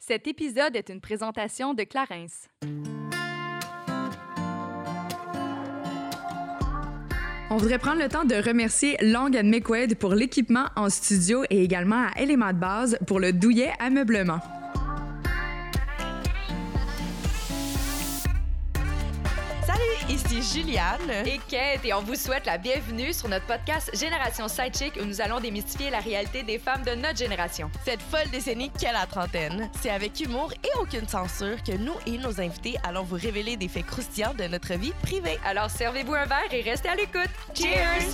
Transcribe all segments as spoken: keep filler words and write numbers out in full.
Cet épisode est une présentation de Clarins. On voudrait prendre le temps de remercier Long and McQuaid pour l'équipement en studio et également à Éléments de base pour le douillet ameublement. Ici Juliane et Kate et on vous souhaite la bienvenue sur notre podcast Génération Sidechick où nous allons démystifier la réalité des femmes de notre génération. Cette folle décennie qu'est la trentaine, c'est avec humour et aucune censure que nous et nos invités allons vous révéler des faits croustillants de notre vie privée. Alors servez-vous un verre et restez à l'écoute. Cheers!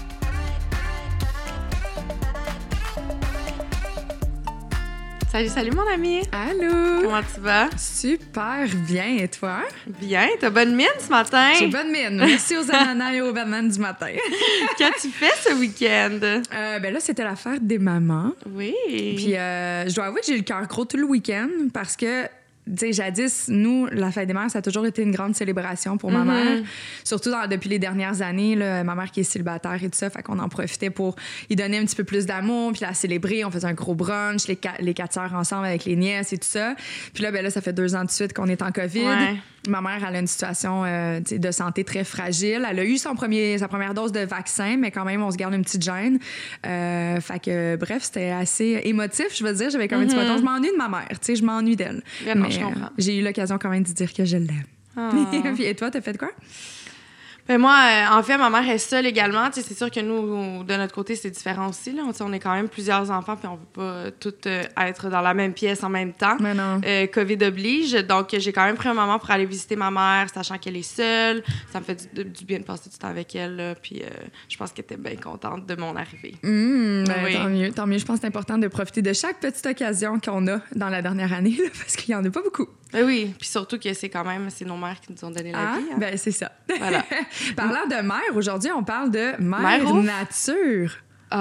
Salut, salut mon ami! Allô! Comment tu vas? Super bien, et toi? Bien, t'as bonne mine ce matin? J'ai bonne mine, merci aux ananas et aux bananes du matin. Qu'as-tu fait ce week-end? Euh, ben là, c'était la fête des mamans. Oui! Puis euh, je dois avouer que j'ai eu le cœur gros tout le week-end parce que tu sais, jadis, nous, la fête des mères, ça a toujours été une grande célébration pour ma mm-hmm. mère. Surtout dans, depuis les dernières années, là, ma mère qui est célibataire et tout ça, fait qu'on en profitait pour y donner un petit peu plus d'amour, puis la célébrer. On faisait un gros brunch, les, ca- les quatre sœurs ensemble avec les nièces et tout ça. Puis là, ben là, ça fait deux ans de suite qu'on est en COVID. Ouais. Ma mère, elle a une situation euh, de santé très fragile. Elle a eu son premier, sa première dose de vaccin, mais quand même, on se garde une petite gêne. Euh, fait que, bref, c'était assez émotif, je veux dire. J'avais comme mm-hmm. un petit bâton. Je m'ennuie de ma mère, tu sais, je m'ennuie d'elle. Bien, non, je comprends. Euh, j'ai eu l'occasion quand même de dire que je l'aime. Oh. Et toi, t'as fait quoi? Ben moi, euh, en fait, ma mère est seule également. Tu sais, c'est sûr que nous, de notre côté, c'est différent aussi. Là. On est quand même plusieurs enfants, puis on ne veut pas tous euh, être dans la même pièce en même temps. Mais non. Euh, COVID oblige. Donc, j'ai quand même pris un moment pour aller visiter ma mère, sachant qu'elle est seule. Ça me fait du, du bien de passer du temps avec elle. Là, puis euh, je pense qu'elle était bien contente de mon arrivée. Mmh, ben, oui. Tant mieux, tant mieux. Je pense que c'est important de profiter de chaque petite occasion qu'on a dans la dernière année, là, parce qu'il n'y en a pas beaucoup. Ben oui, puis surtout que c'est quand même c'est nos mères qui nous ont donné la ah, vie. Hein? Ben c'est ça. Voilà. Parlant de mère, aujourd'hui, on parle de mère, mère nature. Oh!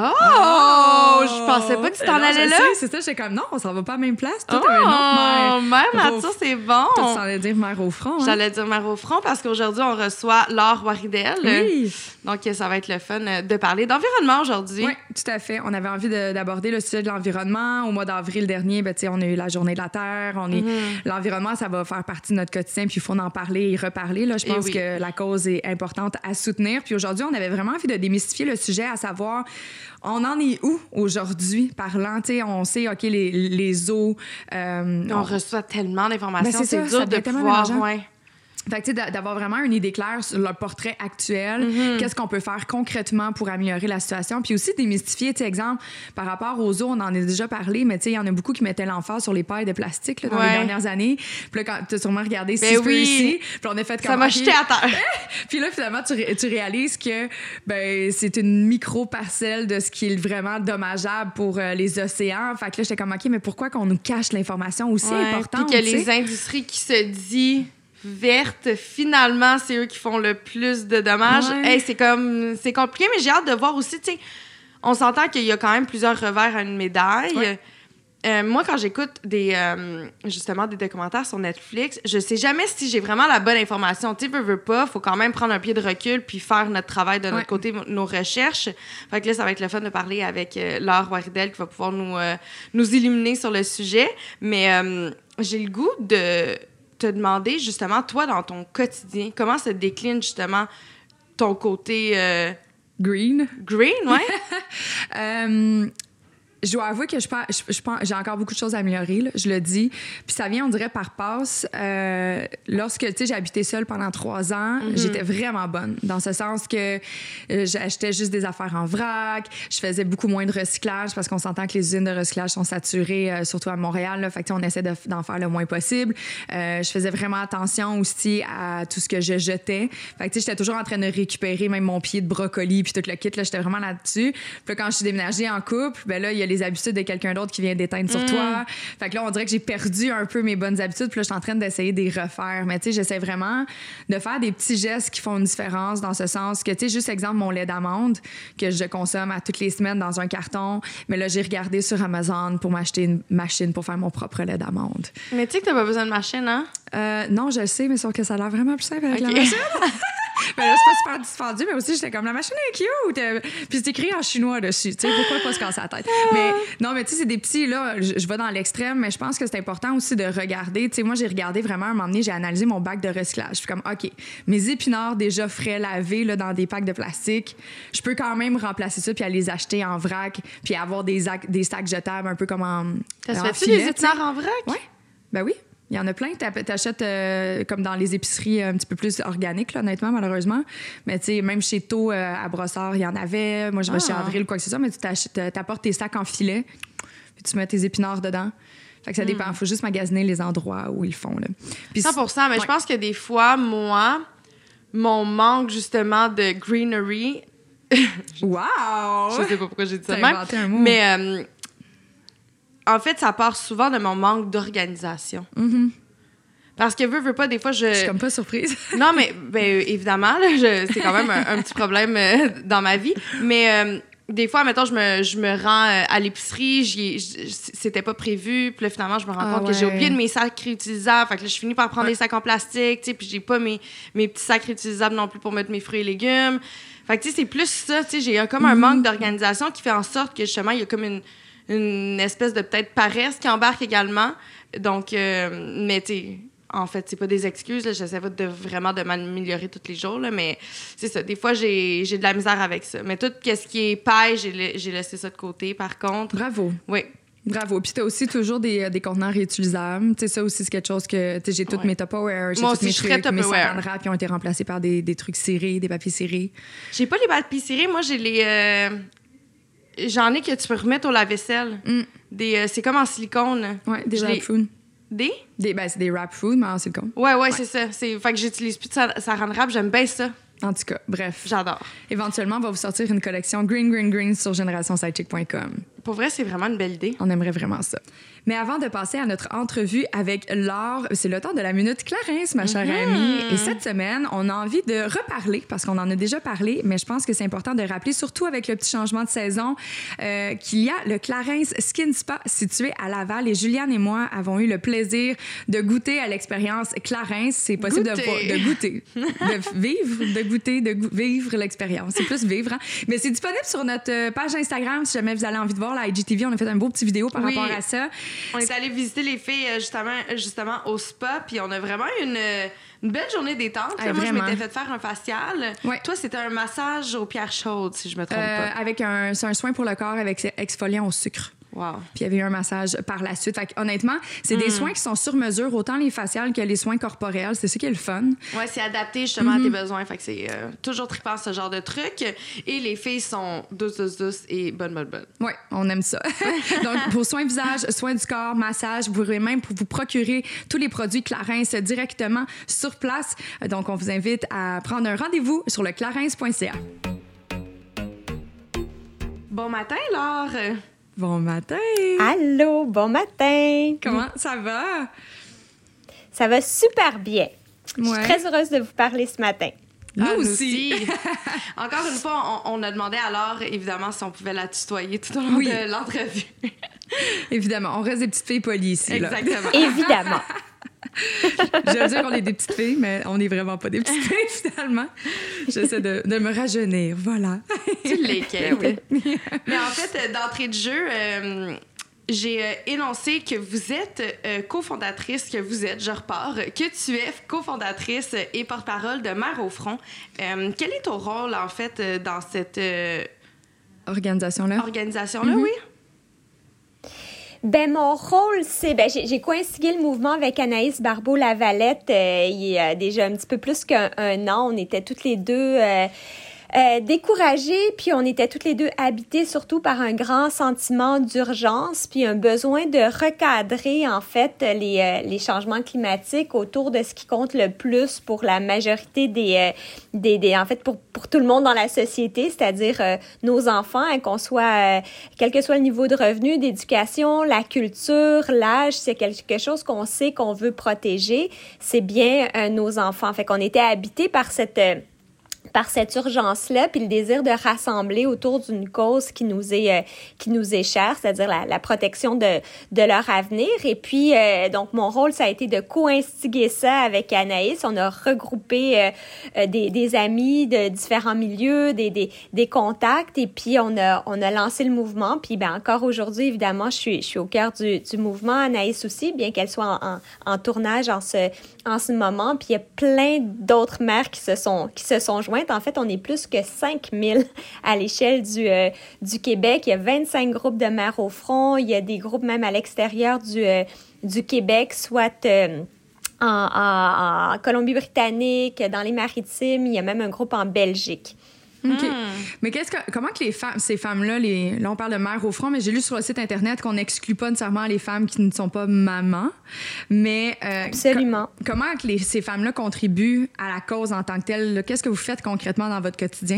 oh! Je pensais pas que tu t'en non, allais là. Sais, c'est ça, j'étais comme non, on s'en va pas à la même place. Toi, oh! t'avais une autre mère. Mère nature, au... c'est bon. Toi, tu allais dire mère au front. Hein? J'allais dire mère au front parce qu'aujourd'hui, on reçoit Laure Waridel. Oui. Donc, ça va être le fun de parler d'environnement aujourd'hui. Oui, tout à fait. On avait envie de, d'aborder le sujet de l'environnement. Au mois d'avril dernier, ben, on a eu la Journée de la Terre. On est... mm-hmm. L'environnement, ça va faire partie de notre quotidien, puis il faut en parler et reparler. Là. Je pense oui. que la cause est importante à soutenir. Puis aujourd'hui, on avait vraiment envie de démystifier le sujet, à savoir, on en est où aujourd'hui, parlant? T'sais, on sait, OK, les, les eaux... Euh, on, on reçoit tellement d'informations, ben c'est, c'est ça, dur de pouvoir... Ouais. Fait que, tu sais, d'avoir vraiment une idée claire sur le portrait actuel, mm-hmm. qu'est-ce qu'on peut faire concrètement pour améliorer la situation, puis aussi démystifier, tu sais, exemple, par rapport aux eaux, on en a déjà parlé, mais tu sais, il y en a beaucoup qui mettaient l'emphase sur les pailles de plastique là, dans ouais. les dernières années. Puis là, quand tu as sûrement regardé ben si oui. ici, puis on a fait comme... Ça m'a jeté à terre. Puis là, finalement, tu, ré- tu réalises que ben, c'est une micro-parcelle de ce qui est vraiment dommageable pour euh, les océans. Fait que là, j'étais comme, OK, mais pourquoi qu'on nous cache l'information aussi ouais. importante? Puis que t'sais? Les industries qui se disent... vertes, finalement, c'est eux qui font le plus de dommages. Ouais. Hey, c'est comme... C'est compliqué, mais j'ai hâte de voir aussi, tu sais, on s'entend qu'il y a quand même plusieurs revers à une médaille. Ouais. Euh, moi, quand j'écoute des, euh, justement, des documentaires sur Netflix, je sais jamais si j'ai vraiment la bonne information. Tu sais, veux, veux pas, faut quand même prendre un pied de recul puis faire notre travail de notre ouais. côté, nos recherches. Fait que là, ça va être le fun de parler avec euh, Laure Waridel qui va pouvoir nous, euh, nous illuminer sur le sujet. Mais euh, j'ai le goût de... te demander, justement, toi, dans ton quotidien, comment se décline, justement, ton côté... Euh... Green. Green, ouais. euh, je dois avouer que je pense, je, je pense, j'ai encore beaucoup de choses à améliorer, là, je le dis. Puis ça vient, on dirait, par passe. Euh, lorsque, tu sais, j'ai habité seule pendant trois ans, mm-hmm. j'étais vraiment bonne. Dans ce sens que euh, j'achetais juste des affaires en vrac. Je faisais beaucoup moins de recyclage parce qu'on s'entend que les usines de recyclage sont saturées, euh, surtout à Montréal. Là, fait que, on essaie de, d'en faire le moins possible. Euh, je faisais vraiment attention aussi à tout ce que je jetais. Fait que, tu sais, j'étais toujours en train de récupérer même mon pied de brocoli puis tout le kit. Là, j'étais vraiment là-dessus. Puis là, quand je suis déménagée en couple, ben là, il y a les habitudes de quelqu'un d'autre qui vient d'éteindre sur mm. toi. Fait que là, on dirait que j'ai perdu un peu mes bonnes habitudes. Puis là, je suis en train d'essayer de les refaire. Mais tu sais, j'essaie vraiment de faire des petits gestes qui font une différence dans ce sens que, tu sais, juste exemple, mon lait d'amande que je consomme à toutes les semaines dans un carton. Mais là, j'ai regardé sur Amazon pour m'acheter une machine pour faire mon propre lait d'amande. Mais tu sais que t'as pas besoin de machine, hein? Euh, non, je le sais, mais sauf que ça a l'air vraiment plus simple avec okay. la machine. Ben là, c'est pas super dispendieux, mais aussi, j'étais comme, la machine est cute. Puis c'est écrit en chinois dessus. Tu sais, pourquoi pas se casser la tête? Mais non, mais tu sais, c'est des petits, là, je, je vais dans l'extrême, mais je pense que c'est important aussi de regarder. Tu sais, moi, j'ai regardé vraiment, à un moment donné, j'ai analysé mon bac de recyclage. Je suis comme, OK, mes épinards déjà frais, lavés, là, dans des packs de plastique, je peux quand même remplacer ça puis aller les acheter en vrac puis avoir des, des sacs jetables un peu comme en. Ça se fait-tu des épinards en vrac? Oui. Ben oui. Il y en a plein. T'achètes euh, comme dans les épiceries un petit peu plus organiques, là, honnêtement, malheureusement. Mais tu sais, même chez Taux, euh, à Brossard, il y en avait. Moi, je vais ah. chez Avril, quoi que ce soit. Mais tu t'apportes tes sacs en filet, puis tu mets tes épinards dedans. Fait que ça dépend. Il mm. faut juste magasiner les endroits où ils le font. Là. Puis, cent pour cent. Mais ouais. je pense que des fois, moi, mon manque, justement, de greenery... Wow! Je sais pas pourquoi j'ai dit ça de même. Un mot. Mais... Euh, en fait, ça part souvent de mon manque d'organisation. Mm-hmm. Parce que veux, veux pas, des fois, je... Je suis comme pas surprise. Non, mais ben, évidemment, là, je... c'est quand même un, un petit problème euh, dans ma vie. Mais euh, des fois, mettons, je me, je me rends euh, à l'épicerie, j'y... c'était pas prévu. Puis là, finalement, je me rends ah, compte ouais. que j'ai oublié de mes sacs réutilisables. Fait que là, je finis par prendre ouais. des sacs en plastique, tu sais, puis j'ai pas mes, mes petits sacs réutilisables non plus pour mettre mes fruits et légumes. Fait que, tu sais, c'est plus ça, tu sais, j'ai comme un mm-hmm. manque d'organisation qui fait en sorte que, justement, il y a comme une... une espèce de peut-être paresse qui embarque également. Donc, euh, mais tu sais, en fait, c'est pas des excuses. Là, j'essaie de, vraiment de m'améliorer tous les jours, là, mais c'est ça. Des fois, j'ai, j'ai de la misère avec ça. Mais tout ce qui est paille, j'ai, j'ai laissé ça de côté, par contre. Bravo. Oui. Bravo. Puis t'as aussi toujours des, des contenants réutilisables. Tu sais, ça aussi, c'est quelque chose que... Tu sais, j'ai toutes ouais. mes Tupperware, j'ai Moi toutes aussi, mes trucs, mes sacs en rap qui ont été remplacés par des, des trucs cirés, des papiers cirés. J'ai pas les papiers cirés. Moi, j'ai les... Euh... J'en ai que tu peux remettre au lave-vaisselle. Mm. Des, euh, c'est comme en silicone. Oui, des je wrap les... food. Des? des ben, c'est des wrap food, mais en silicone. Oui, ouais, ouais, c'est ça. C'est... Fait que j'utilise plus de ça, ça rend rap. J'aime bien ça. En tout cas, bref. J'adore. Éventuellement, on va vous sortir une collection Green, Green, Green sur génération sidechick point com. Pour vrai, c'est vraiment une belle idée. On aimerait vraiment ça. Mais avant de passer à notre entrevue avec Laure, c'est le temps de la Minute Clarence, ma chère mm-hmm. amie. Et cette semaine, on a envie de reparler, parce qu'on en a déjà parlé, mais je pense que c'est important de rappeler, surtout avec le petit changement de saison, euh, qu'il y a le Clarence Skin Spa situé à Laval. Et Juliane et moi avons eu le plaisir de goûter à l'expérience Clarence. C'est possible de, de goûter, de vivre, de goûter, de go- vivre l'expérience. C'est plus vivre, hein? Mais c'est disponible sur notre page Instagram, si jamais vous avez envie de voir la I G T V. On a fait un beau petit vidéo par oui. rapport à ça. On est allé visiter les filles justement, justement au spa, puis on a vraiment une, une belle journée détente. Hey, moi, vraiment. Je m'étais fait faire un facial. Ouais. Toi, c'était un massage aux pierres chaudes, si je me trompe euh, pas. Avec un, c'est un soin pour le corps avec exfoliant au sucre. Wow. Puis il y avait eu un massage par la suite. Fait que, honnêtement, c'est mm. des soins qui sont sur mesure, autant les faciales que les soins corporels. C'est ça qui est le fun. Ouais, c'est adapté justement mm-hmm. à tes besoins. Fait que c'est euh, toujours trippant ce genre de truc. Et les filles sont douces, douces, douces et bonnes, bonnes, bonnes. Oui, on aime ça. Donc, pour soins visage, soins du corps, massage, vous pourrez même vous procurer tous les produits Clarence directement sur place. Donc, on vous invite à prendre un rendez-vous sur le clarence point c a. Bon matin, Laure! Bon matin! Allô, bon matin! Comment ça va? Ça va super bien. Ouais. Je suis très heureuse de vous parler ce matin. Nous ah, aussi! aussi. Encore une fois, on, on a demandé à Laure, évidemment, si on pouvait la tutoyer tout au long oui. de l'entrevue. Évidemment, on reste des petites filles polies ici. Exactement. Là. Évidemment. Je veux dire qu'on est des petites filles, mais on n'est vraiment pas des petites filles, finalement. J'essaie de, de me rajeunir, voilà. Tu l'es, Kate. Oui. Mais en fait, d'entrée de jeu, euh, j'ai euh, énoncé que vous êtes euh, cofondatrice, que vous êtes, je repars, que tu es cofondatrice et porte-parole de Mères au front. Euh, quel est ton rôle, en fait, dans cette... Euh, organisation-là? Organisation-là, mm-hmm. oui. Ben mon rôle, c'est... Ben, j'ai, j'ai coïncidé le mouvement avec Anaïs Barbeau-Lavalette euh, il y a déjà un petit peu plus qu'un un an. On était toutes les deux... Euh, Euh, découragées, puis on était toutes les deux habitées surtout par un grand sentiment d'urgence, puis un besoin de recadrer en fait les, euh, les changements climatiques autour de ce qui compte le plus pour la majorité des, euh, des, des en fait pour, pour tout le monde dans la société, c'est-à-dire euh, nos enfants, hein, qu'on soit, euh, quel que soit le niveau de revenu, d'éducation, la culture, l'âge, c'est quelque chose qu'on sait qu'on veut protéger, c'est bien euh, nos enfants. Fait qu'on était habité par cette... Euh, par cette urgence-là, puis le désir de rassembler autour d'une cause qui nous est euh, qui nous est chère, c'est-à-dire la, la protection de de leur avenir. Et puis euh, donc mon rôle, ça a été de co-instiguer ça avec Anaïs. On a regroupé euh, euh, des des amis de différents milieux, des des des contacts, et puis on a on a lancé le mouvement. Puis ben encore aujourd'hui, évidemment, je suis je suis au cœur du du mouvement. Anaïs aussi, bien qu'elle soit en, en, en tournage en ce en ce moment. Puis il y a plein d'autres mères qui se sont qui se sont jointes. En fait, on est plus que cinq mille à l'échelle du, euh, du Québec. Il y a vingt-cinq groupes de mères au front. Il y a des groupes même à l'extérieur du, euh, du Québec, soit euh, en, en, en Colombie-Britannique, dans les Maritimes. Il y a même un groupe en Belgique. OK. Hmm. Mais qu'est-ce que, comment que les femmes, ces femmes-là, les, là, on parle de mères au front, mais j'ai lu sur le site Internet qu'on n'exclut pas nécessairement les femmes qui ne sont pas mamans. Mais. Euh, Absolument. Co- comment que les, ces femmes-là contribuent à la cause en tant que telle? Là? Qu'est-ce que vous faites concrètement dans votre quotidien?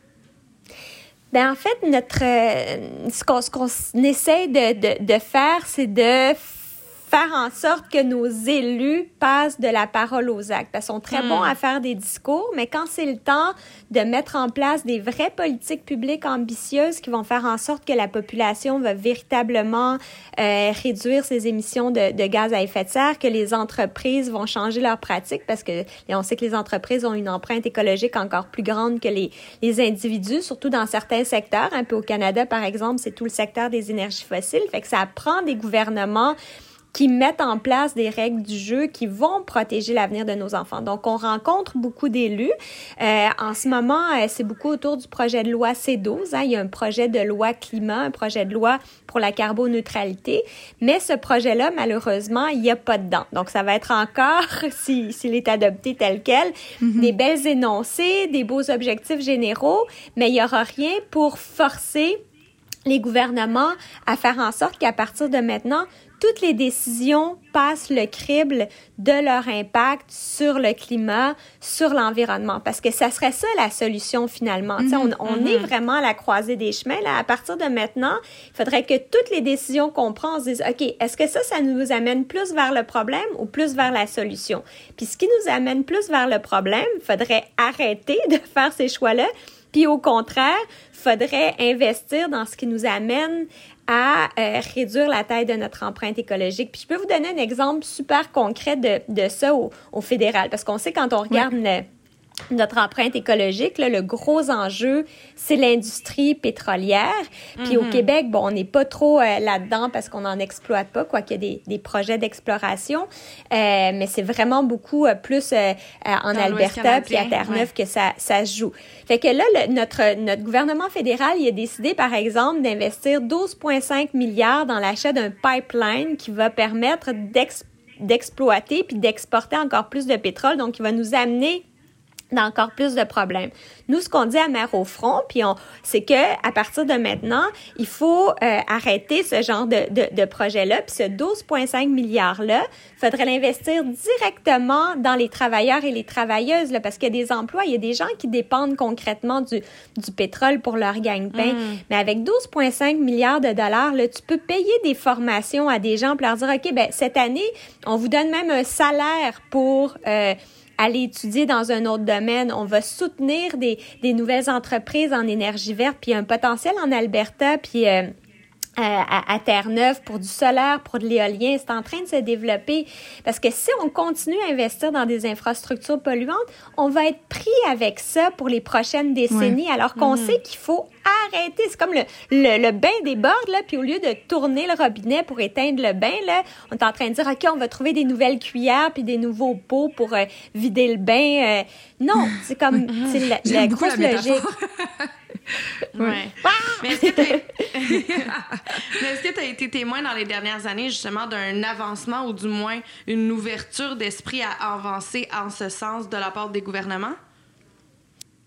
Bien, en fait, notre, euh, ce qu'on, ce qu'on essaie de, de, de faire, c'est de faire en sorte que nos élus passent de la parole aux actes. Parce qu'ils sont très mmh. bons à faire des discours, mais quand c'est le temps de mettre en place des vraies politiques publiques ambitieuses qui vont faire en sorte que la population va véritablement euh, réduire ses émissions de, de gaz à effet de serre, que les entreprises vont changer leurs pratiques, parce que on sait que les entreprises ont une empreinte écologique encore plus grande que les, les individus, surtout dans certains secteurs. Un peu au Canada, par exemple, c'est tout le secteur des énergies fossiles. Fait que ça prend des gouvernements qui mettent en place des règles du jeu qui vont protéger l'avenir de nos enfants. Donc, on rencontre beaucoup d'élus. Euh, en ce moment, euh, c'est beaucoup autour du projet de loi C douze. Hein. Il y a un projet de loi climat, un projet de loi pour la carboneutralité. Mais ce projet-là, malheureusement, il n'y a pas dedans. Donc, ça va être encore, si, s'il est adopté tel quel, mm-hmm. des belles énoncés, des beaux objectifs généraux, mais il n'y aura rien pour forcer les gouvernements à faire en sorte qu'à partir de maintenant, toutes les décisions passent le crible de leur impact sur le climat, sur l'environnement. Parce que ça serait ça la solution finalement. Mm-hmm. On, on mm-hmm. est vraiment à la croisée des chemins. Là. À partir de maintenant, il faudrait que toutes les décisions qu'on prend, on se dise, OK, est-ce que ça, ça nous amène plus vers le problème ou plus vers la solution? Puis ce qui nous amène plus vers le problème, il faudrait arrêter de faire ces choix-là. Puis au contraire, il faudrait investir dans ce qui nous amène à euh, réduire la taille de notre empreinte écologique. Puis je peux vous donner un exemple super concret de, de ça au, au fédéral, parce qu'on sait quand on regarde oui. le, notre empreinte écologique, là, le gros enjeu, c'est l'industrie pétrolière. Puis mm-hmm. au Québec, bon, on n'est pas trop euh, là-dedans parce qu'on n'en exploite pas, quoiqu'il y a des, des projets d'exploration. Euh, mais c'est vraiment beaucoup euh, plus euh, en Dans Alberta puis à Terre-Neuve ouais. que ça, ça se joue. Fait que là, le, notre, notre gouvernement fédéral, il a décidé, par exemple, d'investir douze virgule cinq milliards dans l'achat d'un pipeline qui va permettre d'ex, d'exploiter puis d'exporter encore plus de pétrole. Donc, il va nous amener dans encore plus de problèmes. Nous, ce qu'on dit à Mères au front, puis on, c'est que à partir de maintenant, il faut euh, arrêter ce genre de, de, de projet-là. Puis ce douze virgule cinq milliards-là, il faudrait l'investir directement dans les travailleurs et les travailleuses, là, parce qu'il y a des emplois, il y a des gens qui dépendent concrètement du, du pétrole pour leur gagne-pain. Mm. Mais avec douze virgule cinq milliards de dollars, là, tu peux payer des formations à des gens pour leur dire, OK, ben cette année, on vous donne même un salaire pour... Euh, aller étudier dans un autre domaine. On va soutenir des, des nouvelles entreprises en énergie verte, puis il y a un potentiel en Alberta, puis euh, à, à Terre-Neuve pour du solaire, pour de l'éolien. C'est en train de se développer. Parce que si on continue à investir dans des infrastructures polluantes, on va être pris avec ça pour les prochaines décennies, ouais. alors qu'on mm-hmm. sait qu'il faut arrêter. C'est comme le, le, le bain déborde, là, puis au lieu de tourner le robinet pour éteindre le bain, là, on est en train de dire, OK, on va trouver des nouvelles cuillères puis des nouveaux pots pour euh, vider le bain. Euh, non, c'est comme c'est la, la grosse la logique. Ouais. Ah! Mais est-ce que tu as été témoin dans les dernières années justement d'un avancement ou du moins une ouverture d'esprit à avancer en ce sens de la part des gouvernements?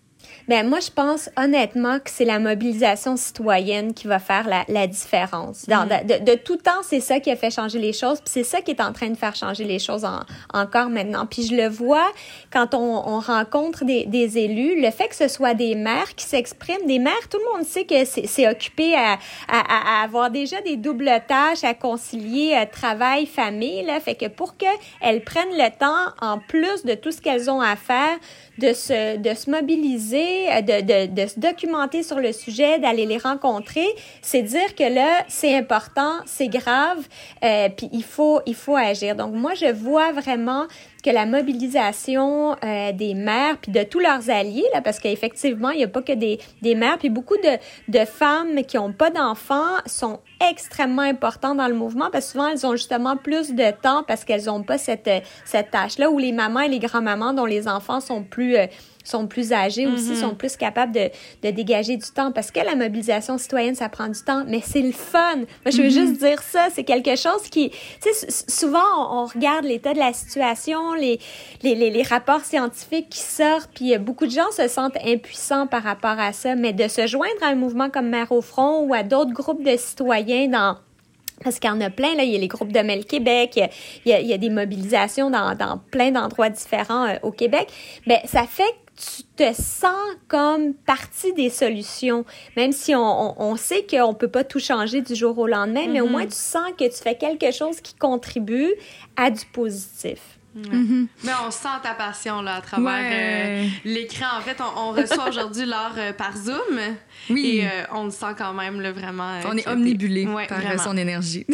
Ben moi, je pense honnêtement que c'est la mobilisation citoyenne qui va faire la, la différence. Dans, mm. de, de tout temps, c'est ça qui a fait changer les choses, puis c'est ça qui est en train de faire changer les choses en, encore maintenant. Puis je le vois quand on, on rencontre des, des élus, le fait que ce soit des mères qui s'expriment, des mères, tout le monde sait que c'est, c'est occupé à, à, à avoir déjà des doubles tâches, à concilier euh, travail, famille, là, fait que pour qu'elles prennent le temps, en plus de tout ce qu'elles ont à faire, de se, de se mobiliser, de, de, de se documenter sur le sujet, d'aller les rencontrer, c'est dire que là, c'est important, c'est grave, euh, puis il faut, il faut agir. Donc, moi, je vois vraiment que la mobilisation euh, des mères, puis de tous leurs alliés, là, parce qu'effectivement, il n'y a pas que des, des mères, puis beaucoup de, de femmes qui n'ont pas d'enfants sont extrêmement importantes dans le mouvement, parce que souvent, elles ont justement plus de temps parce qu'elles n'ont pas cette, cette tâche-là, où les mamans et les grands-mamans dont les enfants sont plus... Euh, sont plus âgés aussi, mm-hmm. sont plus capables de, de dégager du temps. Parce que la mobilisation citoyenne, ça prend du temps, mais c'est le fun. Moi, je veux mm-hmm. juste dire ça. C'est quelque chose qui... Tu sais, souvent, on, on regarde l'état de la situation, les, les, les, les rapports scientifiques qui sortent, puis beaucoup de gens se sentent impuissants par rapport à ça. Mais de se joindre à un mouvement comme Mères au front ou à d'autres groupes de citoyens dans... Parce qu'il y en a plein, là. Il y a les groupes de Mel Québec, il y a, il y a, il y a des mobilisations dans, dans plein d'endroits différents euh, au Québec. Bien, ça fait que tu te sens comme partie des solutions, même si on, on, on sait qu'on ne peut pas tout changer du jour au lendemain, mm-hmm. mais au moins tu sens que tu fais quelque chose qui contribue à du positif. Ouais. Mm-hmm. Mais on sent ta passion là, à travers ouais. euh, l'écran. En fait, on, on reçoit aujourd'hui Laure euh, par Zoom. Oui. Et euh, on le sent quand même là, vraiment. Euh, on est omnibulé ouais, par vraiment. Son énergie.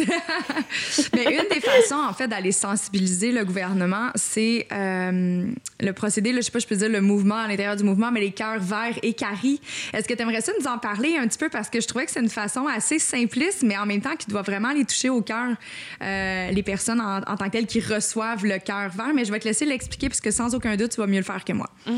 Mais une des façons, en fait, d'aller sensibiliser le gouvernement, c'est euh, le procédé, là, je sais pas, je peux dire le mouvement à l'intérieur du mouvement, mais les cœurs verts équarris. Est-ce que tu aimerais ça nous en parler un petit peu? Parce que je trouvais que c'est une façon assez simpliste, mais en même temps qui doit vraiment aller toucher au cœur euh, les personnes en, en tant que telles qui reçoivent le cœur vert. Mais je vais te laisser l'expliquer parce que sans aucun doute, tu vas mieux le faire que moi. Mm.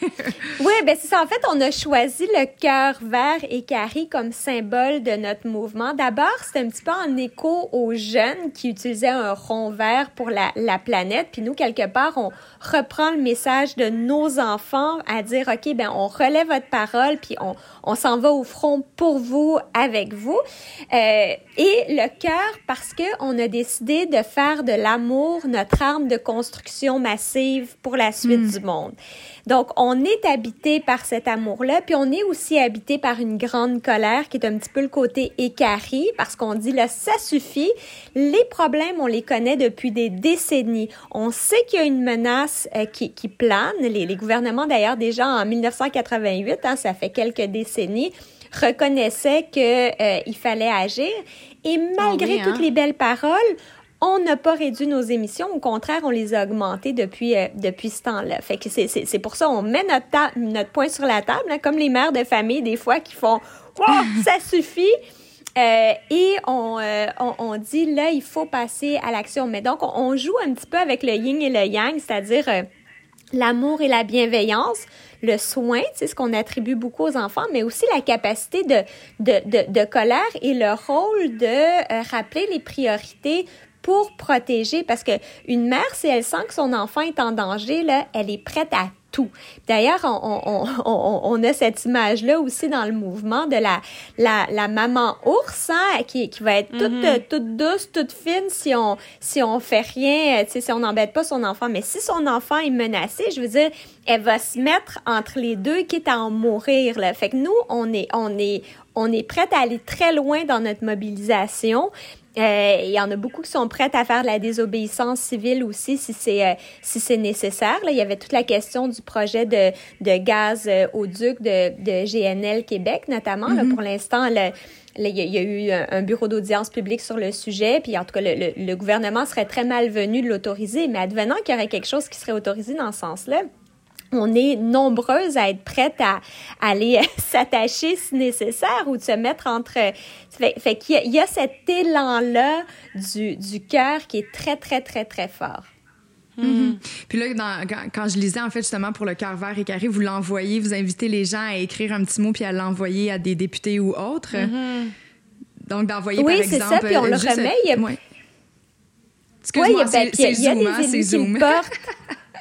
Oui, bien c'est ça. En fait, on a choisi le cœur vert équarri comme symbole de notre mouvement. D'abord, c'est un petit peu en écho aux jeunes qui utilisaient un rond vert pour la, la planète. Puis nous, quelque part, on reprend le message de nos enfants à dire, OK, bien, on relève votre parole, puis on, on s'en va au front pour vous, avec vous. Euh, et le cœur, parce qu'on a décidé de faire de l'amour notre arme de construction massive pour la suite mmh. du monde. Donc, on est habité par cet amour-là, puis on est aussi habité par une grande colère qui est un petit peu le côté équarri, parce qu'on dit, là, ça suffit. Les problèmes, on les connaît depuis des décennies. On sait qu'il y a une menace euh, qui, qui plane. Les, les gouvernements, d'ailleurs, déjà en dix-neuf cent quatre-vingt-huit, hein, ça fait quelques décennies, reconnaissaient qu'il euh, fallait agir. Et malgré oui, hein? toutes les belles paroles, on n'a pas réduit nos émissions. Au contraire, on les a augmentées depuis, euh, depuis ce temps-là. Fait que c'est, c'est, c'est pour ça qu'on met notre, ta- notre point sur la table, hein, comme les mères de famille, des fois, qui font « Wow, ça suffit! » Euh, et on, euh, on, on dit, là, il faut passer à l'action. Mais donc, on, on joue un petit peu avec le yin et le yang, c'est-à-dire euh, l'amour et la bienveillance, le soin, c'est ce qu'on attribue beaucoup aux enfants, mais aussi la capacité de, de, de, de colère et le rôle de euh, rappeler les priorités pour protéger, parce que une mère, si elle sent que son enfant est en danger, là, elle est prête à tout. D'ailleurs, on, on, on, on a cette image-là aussi dans le mouvement de la, la, la maman ours, hein, qui, qui va être toute, mm-hmm. toute douce, toute fine si on si on fait rien, tu sais, si on n'embête pas son enfant. Mais si son enfant est menacé, je veux dire, elle va se mettre entre les deux, quitte à en mourir, là. Fait que nous, on est, on est, on est prête à aller très loin dans notre mobilisation. Euh, il y en a beaucoup qui sont prêtes à faire de la désobéissance civile aussi si c'est euh, si c'est nécessaire. Là, il y avait toute la question du projet de, de gaz euh, au duc de, de G N L Québec, notamment. Mm-hmm. Là, pour l'instant, le, il y, y a eu un, un bureau d'audience publique sur le sujet, puis en tout cas, le, le, le gouvernement serait très malvenu de l'autoriser, mais advenant qu'il y aurait quelque chose qui serait autorisé dans ce sens-là, on est nombreuses à être prêtes à, à aller s'attacher si nécessaire ou de se mettre entre... Fait, fait qu'il y a, il y a cet élan-là du, du cœur qui est très, très, très, très fort. Mm-hmm. Puis là, dans, quand, quand je lisais, en fait, justement, pour le cœur vert équarri, vous l'envoyez, vous invitez les gens à écrire un petit mot puis à l'envoyer à des députés ou autres. Mm-hmm. Donc, d'envoyer, oui, par exemple... Oui, c'est ça, puis on le remet. Il y a... Ouais. Excuse-moi, ouais, c'est, ben, c'est Zoom, hein, c'est Zoom.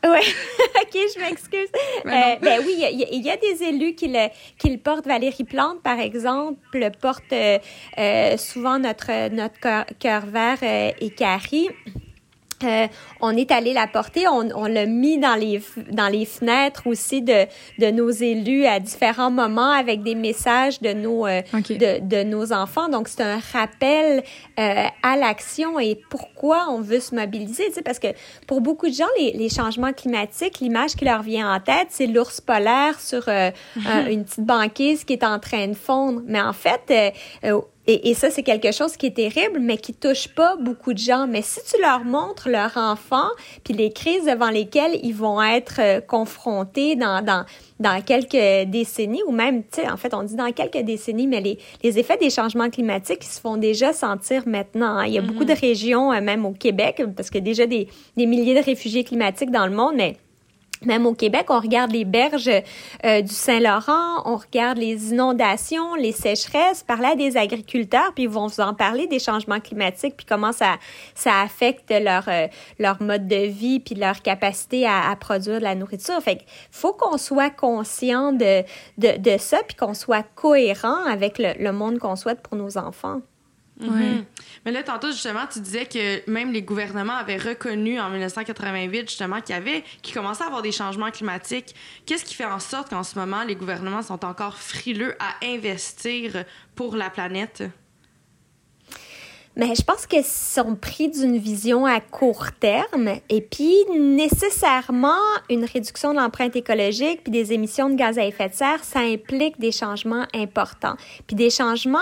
Oui, OK, je m'excuse. Euh, ben oui, il y, y, y a des élus qui le, qui le portent. Valérie Plante, par exemple, le porte euh, euh, souvent notre, notre cœur, cœur vert euh, équarri. Euh, on est allé la porter, on, on l'a mis dans les, dans les fenêtres aussi de, de nos élus à différents moments avec des messages de nos, euh, okay. de, de nos enfants. Donc, c'est un rappel euh, à l'action et pourquoi on veut se mobiliser. Tu sais, parce que pour beaucoup de gens, les, les changements climatiques, l'image qui leur vient en tête, c'est l'ours polaire sur euh, mm-hmm. un, une petite banquise qui est en train de fondre. Mais en fait, euh, Et, et ça, c'est quelque chose qui est terrible, mais qui touche pas beaucoup de gens. Mais si tu leur montres leur enfant, puis les crises devant lesquelles ils vont être euh, confrontés dans, dans, dans quelques décennies, ou même, tu sais, en fait, on dit dans quelques décennies, mais les, les effets des changements climatiques, ils se font déjà sentir maintenant. Hein. Il y a mm-hmm. beaucoup de régions, euh, même au Québec, parce qu'il y a déjà des, des milliers de réfugiés climatiques dans le monde, mais même au Québec, on regarde les berges euh, du Saint-Laurent, on regarde les inondations, les sécheresses, parler à des agriculteurs, puis ils vont vous en parler des changements climatiques, puis comment ça, ça affecte leur, euh, leur mode de vie, puis leur capacité à, à produire de la nourriture. Fait qu'il faut qu'on soit conscient de, de, de ça, puis qu'on soit cohérent avec le, le monde qu'on souhaite pour nos enfants. Mm-hmm. Ouais. Mais là, tantôt, justement, tu disais que même les gouvernements avaient reconnu en dix-neuf cent quatre-vingt-huit, justement, qu'il y avait, qu'il commençait à avoir des changements climatiques. Qu'est-ce qui fait en sorte qu'en ce moment, les gouvernements sont encore frileux à investir pour la planète? Mais je pense qu'ils sont pris d'une vision à court terme et puis nécessairement une réduction de l'empreinte écologique puis des émissions de gaz à effet de serre, ça implique des changements importants. Puis des changements,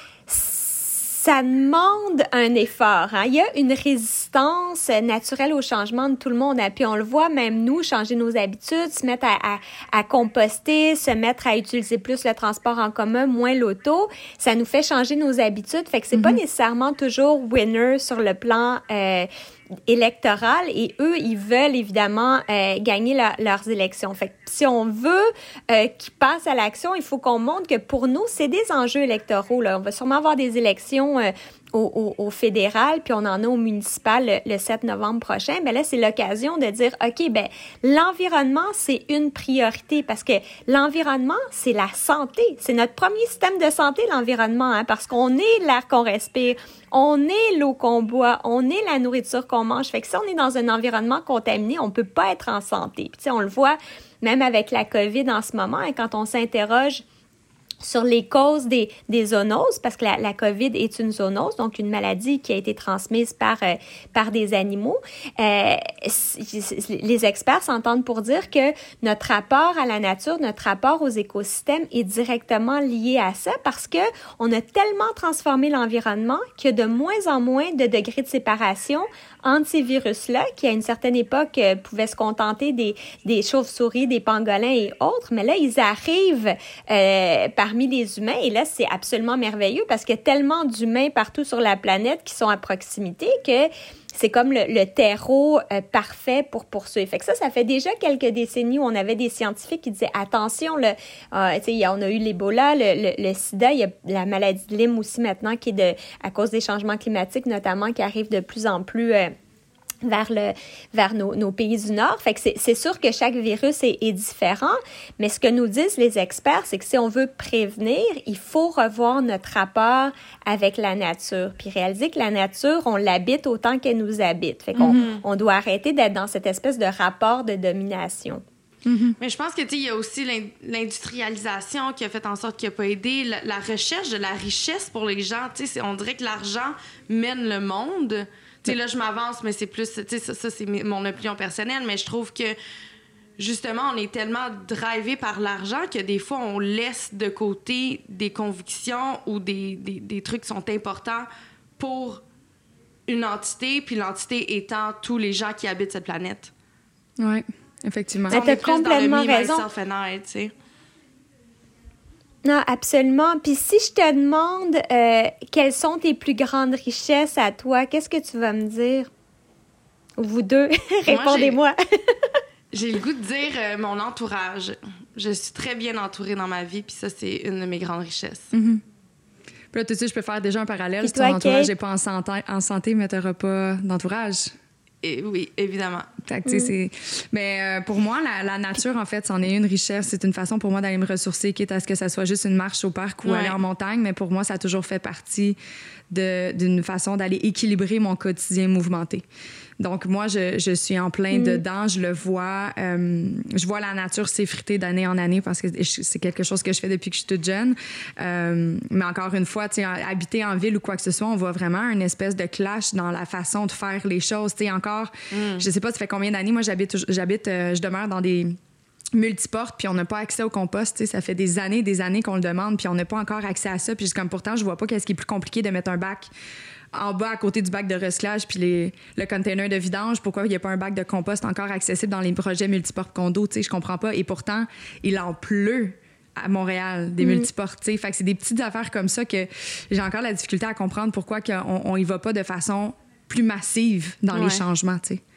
ça demande un effort. Hein? Il y a une résistance naturelle au changement de tout le monde. Hein? Puis on le voit, même nous, changer nos habitudes, se mettre à, à, à composter, se mettre à utiliser plus le transport en commun, moins l'auto, ça nous fait changer nos habitudes. Fait que c'est mm-hmm. pas nécessairement toujours winner sur le plan euh, électoral et eux, ils veulent évidemment euh, gagner la, leurs élections. Fait que si on veut euh, qu'ils passent à l'action, il faut qu'on montre que pour nous, c'est des enjeux électoraux. Là. On va sûrement avoir des élections euh, au, au, au fédéral, puis on en a au municipal le, le sept novembre prochain. Ben là, c'est l'occasion de dire, OK, ben l'environnement, c'est une priorité parce que l'environnement, c'est la santé. C'est notre premier système de santé, l'environnement, hein, parce qu'on est l'air qu'on respire, on est l'eau qu'on boit, on est la nourriture qu'on mange. Fait que si on est dans un environnement contaminé, on peut pas être en santé. Puis tu sais, on le voit même avec la COVID en ce moment, hein, quand on s'interroge sur les causes des, des zoonoses, parce que la, la COVID est une zoonose, donc une maladie qui a été transmise par, euh, par des animaux. Euh, les experts s'entendent pour dire que notre rapport à la nature, notre rapport aux écosystèmes est directement lié à ça parce que on a tellement transformé l'environnement qu'il y a de moins en moins de degrés de séparation entre ces virus-là, qui à une certaine époque euh, pouvaient se contenter des, des chauves-souris, des pangolins et autres, mais là, ils arrivent euh, parmi les humains et là, c'est absolument merveilleux parce qu'il y a tellement d'humains partout sur la planète qui sont à proximité que c'est comme le, le terreau euh, parfait pour poursuivre. Fait que ça, ça fait déjà quelques décennies où on avait des scientifiques qui disaient attention, le, euh, tu sais, on a eu l'Ebola, le, le, le sida, il y a la maladie de Lyme aussi maintenant qui est de, à cause des changements climatiques notamment, qui arrive de plus en plus euh, vers le vers nos, nos pays du Nord. Fait que c'est, c'est sûr que chaque virus est, est différent, mais ce que nous disent les experts, c'est que si on veut prévenir, il faut revoir notre rapport avec la nature, puis réaliser que la nature, on l'habite autant qu'elle nous habite. Fait qu'on mm-hmm. on doit arrêter d'être dans cette espèce de rapport de domination. Mm-hmm. Mais je pense que tu sais, il y a aussi l'industrialisation qui a fait en sorte qu'il n'a pas aidé la, la recherche de la richesse pour les gens. Tu sais, on dirait que l'argent mène le monde. Tu sais, là, je m'avance, mais c'est plus... Tu sais, ça, ça, c'est mon opinion personnelle, mais je trouve que, justement, on est tellement drivé par l'argent que des fois, on laisse de côté des convictions ou des, des, des trucs qui sont importants pour une entité, puis l'entité étant tous les gens qui habitent cette planète. Oui, effectivement. Tu as complètement raison. Tu sais. Non, absolument. Puis si je te demande euh, quelles sont tes plus grandes richesses à toi, qu'est-ce que tu vas me dire? Vous deux, répondez-moi. Moi, j'ai, j'ai le goût de dire euh, mon entourage. Je suis très bien entourée dans ma vie, puis ça, c'est une de mes grandes richesses. Mm-hmm. Puis là, tu sais, je peux faire déjà un parallèle. Si ton entourage n'est pas en santé, en santé mais tu n'auras pas d'entourage. Et oui, évidemment. Fait que, tu sais, c'est... Mais euh, pour moi, la, la nature, en fait, c'en est une richesse. C'est une façon pour moi d'aller me ressourcer, quitte à ce que ça soit juste une marche au parc ou Ouais. aller en montagne. Mais pour moi, ça a toujours fait partie de, d'une façon d'aller équilibrer mon quotidien mouvementé. Donc, moi, je, je suis en plein mm. dedans. Je le vois. Euh, je vois la nature s'effriter d'année en année parce que c'est quelque chose que je fais depuis que je suis toute jeune. Euh, mais encore une fois, tu sais, habiter en ville ou quoi que ce soit, on voit vraiment une espèce de clash dans la façon de faire les choses. Tu sais, encore, mm. je sais pas, ça fait combien d'années, moi, j'habite, j'habite euh, je demeure dans des multiportes, puis on n'a pas accès au compost. Tu sais, ça fait des années, des années qu'on le demande, puis on n'a pas encore accès à ça. Puis comme pourtant, je vois pas qu'est-ce qui est plus compliqué de mettre un bac en bas à côté du bac de recyclage puis les, le container de vidange. Pourquoi il n'y a pas un bac de compost encore accessible dans les projets multiportes condos? Tu sais, je comprends pas. Et pourtant, il en pleut à Montréal, des mmh. multiportes. Tu sais. Fait que c'est des petites affaires comme ça que j'ai encore la difficulté à comprendre pourquoi on, on y va pas de façon plus massive dans ouais. les changements, tu sais.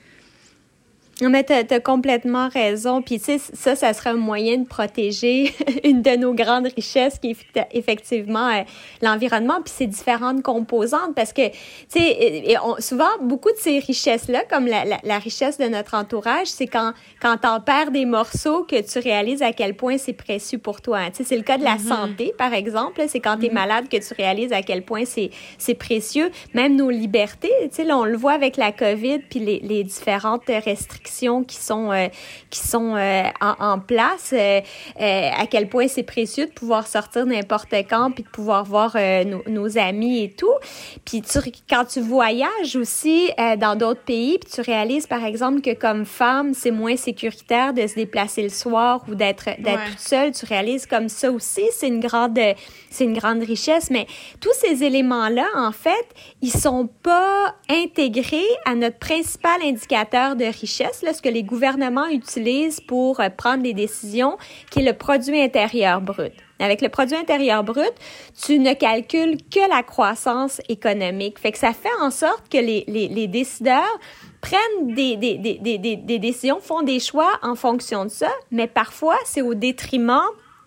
Non, mais t'as, t'as complètement raison. Puis, tu sais, ça, ça serait un moyen de protéger une de nos grandes richesses qui est effectivement euh, l'environnement puis ses différentes composantes. Parce que, tu sais, souvent, beaucoup de ces richesses-là, comme la, la, la richesse de notre entourage, c'est quand, quand t'en perds des morceaux que tu réalises à quel point c'est précieux pour toi. Hein. Tu sais, c'est le cas de la mm-hmm. santé, par exemple. C'est quand t'es mm-hmm. malade que tu réalises à quel point c'est, c'est précieux. Même nos libertés, tu sais, là, on le voit avec la COVID puis les, les différentes restrictions qui sont euh, qui sont euh, en, en place, euh, euh, à quel point c'est précieux de pouvoir sortir n'importe quand puis de pouvoir voir euh, nos, nos amis et tout. Puis tu, quand tu voyages aussi euh, dans d'autres pays, puis tu réalises par exemple que comme femme, c'est moins sécuritaire de se déplacer le soir ou d'être d'être ouais. toute seule, tu réalises comme ça aussi, c'est une grande c'est une grande richesse, mais tous ces éléments-là en fait, ils sont pas intégrés à notre principal indicateur de richesse, là, ce que les gouvernements utilisent pour euh, prendre des décisions, qui est le produit intérieur brut. Avec le produit intérieur brut, tu ne calcules que la croissance économique. Fait que ça fait en sorte que les, les, les décideurs prennent des, des, des, des, des, des décisions, font des choix en fonction de ça, mais parfois, c'est au détriment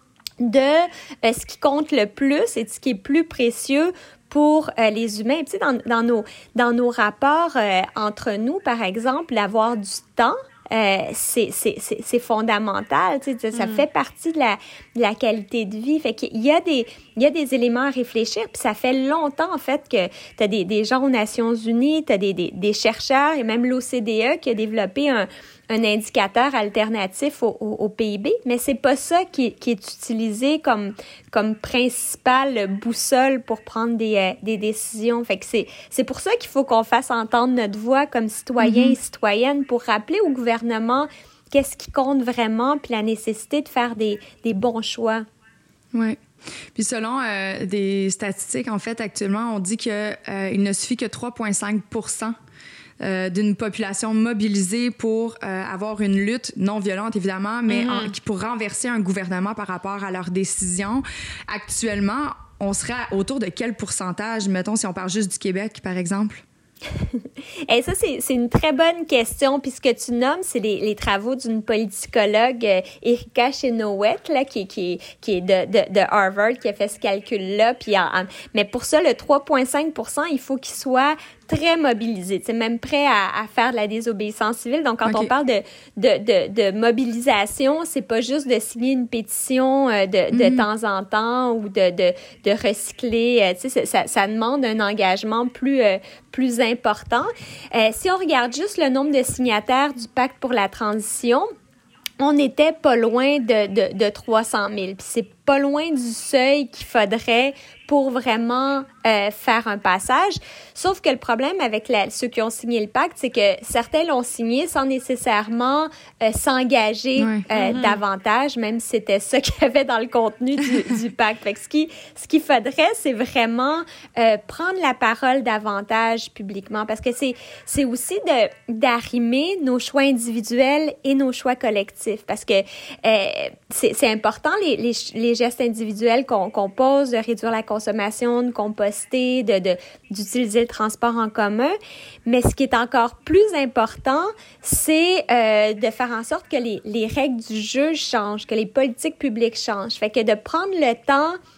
de euh, ce qui compte le plus et de ce qui est plus précieux pour euh, les humains. Tu sais, dans, dans, nos, dans nos rapports euh, entre nous, par exemple, d'avoir du temps, euh, c'est, c'est, c'est, c'est fondamental. Tu sais, ça mm. fait partie de la, de la qualité de vie. Fait qu'il y a des, il y a des éléments à réfléchir. Puis ça fait longtemps, en fait, que tu as des, des gens aux Nations Unies, tu as des, des, des chercheurs et même l'O C D E qui a développé un un indicateur alternatif au, au, au P I B, mais c'est pas ça qui, qui est utilisé comme, comme principale boussole pour prendre des, euh, des décisions. Fait que c'est, c'est pour ça qu'il faut qu'on fasse entendre notre voix comme citoyens mm-hmm. et citoyennes pour rappeler au gouvernement qu'est-ce qui compte vraiment puis la nécessité de faire des, des bons choix. Oui. Puis selon euh, des statistiques, en fait, actuellement, on dit qu'il euh, ne suffit que trois virgule cinq pour cent Euh, d'une population mobilisée pour euh, avoir une lutte non violente, évidemment, mais mm-hmm. en, qui pour renverser un gouvernement par rapport à leurs décisions. Actuellement, on serait autour de quel pourcentage, mettons, si on parle juste du Québec, par exemple? Et ça, c'est, c'est une très bonne question. Puis ce que tu nommes, c'est les, les travaux d'une politicologue, euh, Erika Chenoweth, là, qui, qui, qui est de, de, de Harvard, qui a fait ce calcul-là. Puis en, en, mais pour ça, le trois virgule cinq pour cent, il faut qu'il soit très mobilisé, c'est même prêt à, à faire de la désobéissance civile. Donc, quand okay. on parle de, de, de, de mobilisation, c'est pas juste de signer une pétition euh, de, mm-hmm. de temps en temps ou de, de, de recycler. Euh, tu sais, ça, ça demande un engagement plus, euh, plus important. Euh, si on regarde juste le nombre de signataires du Pacte pour la transition, on n'était pas loin de, de, de trois cent mille. Puis c'est pas loin du seuil qu'il faudrait pour vraiment euh, faire un passage. Sauf que le problème avec la, ceux qui ont signé le pacte, c'est que certains l'ont signé sans nécessairement euh, s'engager ouais. euh, mm-hmm. davantage, même si c'était ça qu'il y avait dans le contenu du, du pacte. Fait que ce qui, ce qu'il faudrait, c'est vraiment euh, prendre la parole davantage publiquement, parce que c'est, c'est aussi de, d'arrimer nos choix individuels et nos choix collectifs, parce que euh, c'est, c'est important, les, les, les gestes individuels qu'on, qu'on pose, de réduire la consommation, de composter, de, de, d'utiliser le transport en commun. Mais ce qui est encore plus important, c'est euh, de faire en sorte que les, les règles du jeu changent, que les politiques publiques changent. Fait que de prendre le temps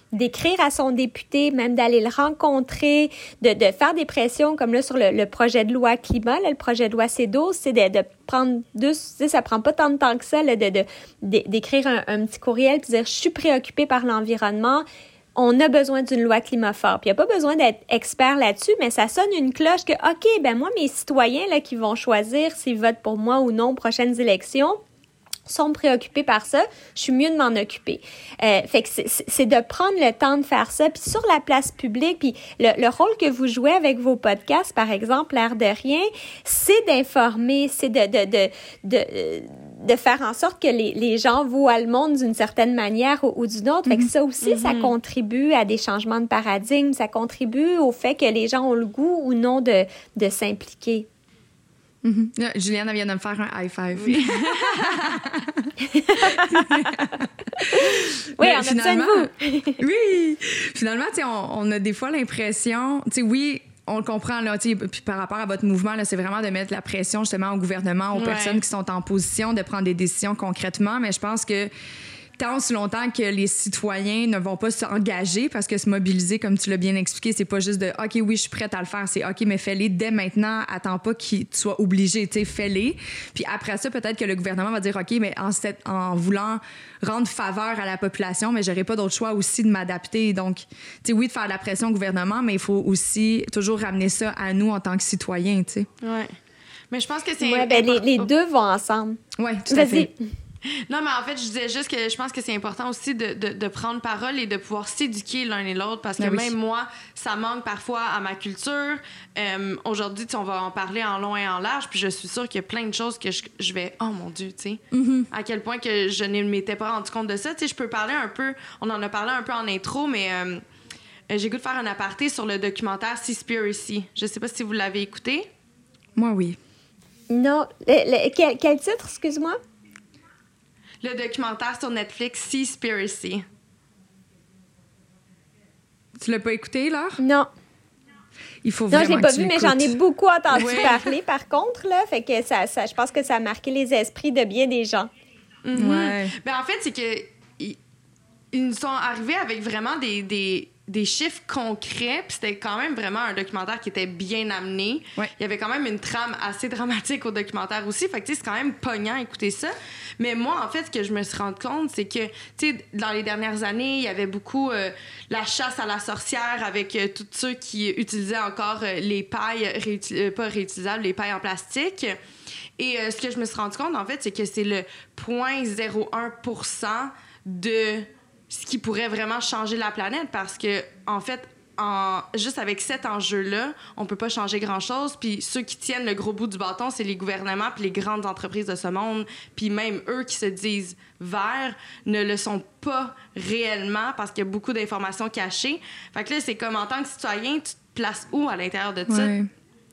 d'écrire à son député, même d'aller le rencontrer, de, de faire des pressions, comme là sur le, le projet de loi climat, là, le projet de loi C douze, c'est de, de prendre deux, ça prend pas tant de temps que ça, là, de, de, de, d'écrire un, un petit courriel, puis dire « Je suis préoccupée par l'environnement ». On a besoin d'une loi climat fort. Puis il n'y a pas besoin d'être expert là-dessus, mais ça sonne une cloche que, OK, ben moi, mes citoyens là, qui vont choisir s'ils votent pour moi ou non aux prochaines élections, sont préoccupés par ça, je suis mieux de m'en occuper. Euh, fait que c'est, c'est de prendre le temps de faire ça. Puis sur la place publique, puis le, le rôle que vous jouez avec vos podcasts, par exemple, L'air de rien, c'est d'informer, c'est de, de, de, de, de faire en sorte que les, les gens voient le monde d'une certaine manière ou, ou d'une autre. Fait que ça aussi, mm-hmm. ça contribue à des changements de paradigme, ça contribue au fait que les gens ont le goût ou non de, de s'impliquer. Mm-hmm. Là, Juliane vient de me faire un high five. Oui, oui on a besoin de vous. Oui, finalement, on, on a des fois l'impression, oui, on le comprend, là, puis par rapport à votre mouvement, là, c'est vraiment de mettre la pression justement au gouvernement, aux ouais. personnes qui sont en position de prendre des décisions concrètement, mais je pense que tant aussi longtemps que les citoyens ne vont pas s'engager, parce que se mobiliser, comme tu l'as bien expliqué, c'est pas juste de « OK, oui, je suis prête à le faire », c'est « OK, mais fais-les dès maintenant, attends pas qu'ils soient obligés, tu sais, fais-les ». Puis après ça, peut-être que le gouvernement va dire « OK, mais en, en voulant rendre faveur à la population, mais j'aurai pas d'autre choix aussi de m'adapter ». Donc, tu sais, oui, de faire de la pression au gouvernement, mais il faut aussi toujours ramener ça à nous en tant que citoyens, tu sais. Oui. Mais je pense que c'est... Oui, bien, les, les deux vont ensemble. Oui, tout à fait. Non, mais en fait, je disais juste que je pense que c'est important aussi de, de, de prendre parole et de pouvoir s'éduquer l'un et l'autre, parce que oui. même moi, ça manque parfois à ma culture. Euh, aujourd'hui, on va en parler en long et en large, puis je suis sûre qu'il y a plein de choses que je, je vais... Oh mon Dieu, tu sais, mm-hmm. à quel point que je ne m'étais pas rendu compte de ça. Tu sais, je peux parler un peu... On en a parlé un peu en intro, mais euh, j'ai goût de faire un aparté sur le documentaire Seaspiracy. Je sais pas si vous l'avez écouté. Moi, oui. Non. Le, le, quel, quel titre, excuse-moi? Le documentaire sur Netflix, Seaspiracy. Tu l'as pas écouté, là? Non. Il faut non, vraiment je l'ai pas que tu vu, l'écoutes. Mais j'en ai beaucoup entendu ouais. parler, par contre, là. Fait que ça, ça, je pense que ça a marqué les esprits de bien des gens. Mm-hmm. Ouais. Ben, en fait, c'est que ils, ils nous sont arrivés avec vraiment des... des des chiffres concrets, puis c'était quand même vraiment un documentaire qui était bien amené. Ouais. Il y avait quand même une trame assez dramatique au documentaire aussi, fait que tu sais, c'est quand même pognant à écouter ça. Mais moi, en fait, ce que je me suis rendu compte, c'est que, tu sais, dans les dernières années, il y avait beaucoup euh, la chasse à la sorcière avec euh, tous ceux qui utilisaient encore euh, les pailles, réutil- euh, pas réutilisables, les pailles en plastique. Et euh, ce que je me suis rendu compte, en fait, c'est que c'est le zéro virgule zéro un pour cent de ce qui pourrait vraiment changer la planète, parce que, en fait, en, juste avec cet enjeu-là, on peut pas changer grand-chose. Puis ceux qui tiennent le gros bout du bâton, c'est les gouvernements puis les grandes entreprises de ce monde. Puis même eux qui se disent verts ne le sont pas réellement, parce qu'il y a beaucoup d'informations cachées. Fait que là, c'est comme en tant que citoyen, tu te places où à l'intérieur de ça? Ouais.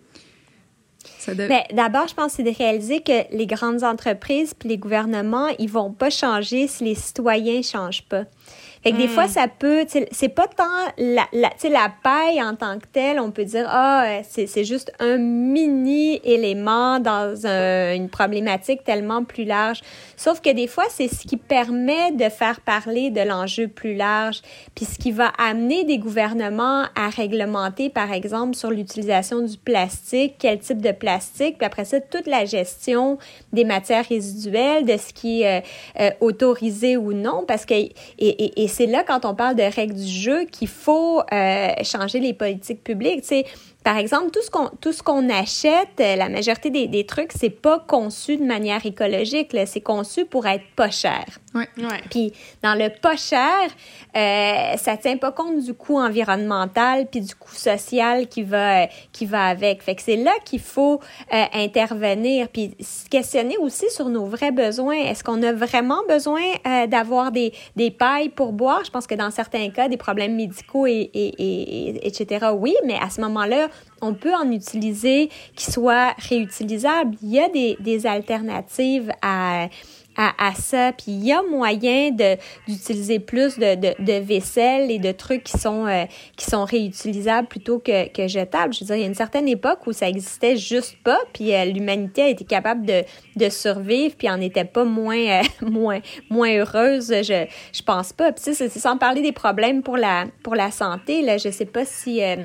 Ça de... Bien, d'abord, je pense que c'est de réaliser que les grandes entreprises puis les gouvernements, ils vont pas changer si les citoyens changent pas. Fait que mm. des fois, ça peut... C'est pas tant la, la, la paille en tant que telle. On peut dire, ah, c'est, c'est juste un mini-élément dans un, une problématique tellement plus large. Sauf que des fois, c'est ce qui permet de faire parler de l'enjeu plus large, puis ce qui va amener des gouvernements à réglementer, par exemple, sur l'utilisation du plastique, quel type de plastique, puis après ça, toute la gestion des matières résiduelles, de ce qui est euh, euh, autorisé ou non, parce que... Et, et, et c'est là, quand on parle de règles du jeu, qu'il faut euh, changer les politiques publiques. Tu sais, par exemple, tout ce qu'on, tout ce qu'on achète, la majorité des, des trucs, c'est pas conçu de manière écologique. Là. C'est conçu pour être pas cher. Oui. Ouais. Puis dans le pas cher, euh, ça tient pas compte du coût environnemental puis du coût social qui va, qui va avec. Fait que c'est là qu'il faut euh, intervenir puis se questionner aussi sur nos vrais besoins. Est-ce qu'on a vraiment besoin euh, d'avoir des, des pailles pour boire? Je pense que dans certains cas, des problèmes médicaux et, et, et, et et cetera, oui, mais à ce moment-là, on peut en utiliser qui soient réutilisables. Il y a des, des alternatives à... À, à ça, puis il y a moyen de d'utiliser plus de, de, de vaisselle et de trucs qui sont euh, qui sont réutilisables plutôt que, que jetables. Je veux dire, il y a une certaine époque où ça existait juste pas, puis euh, l'humanité a été capable de, de survivre, puis en était pas moins euh, moins moins heureuse. Je je pense pas. Puis ça, c'est, c'est sans parler des problèmes pour la pour la santé. Là, je sais pas si euh,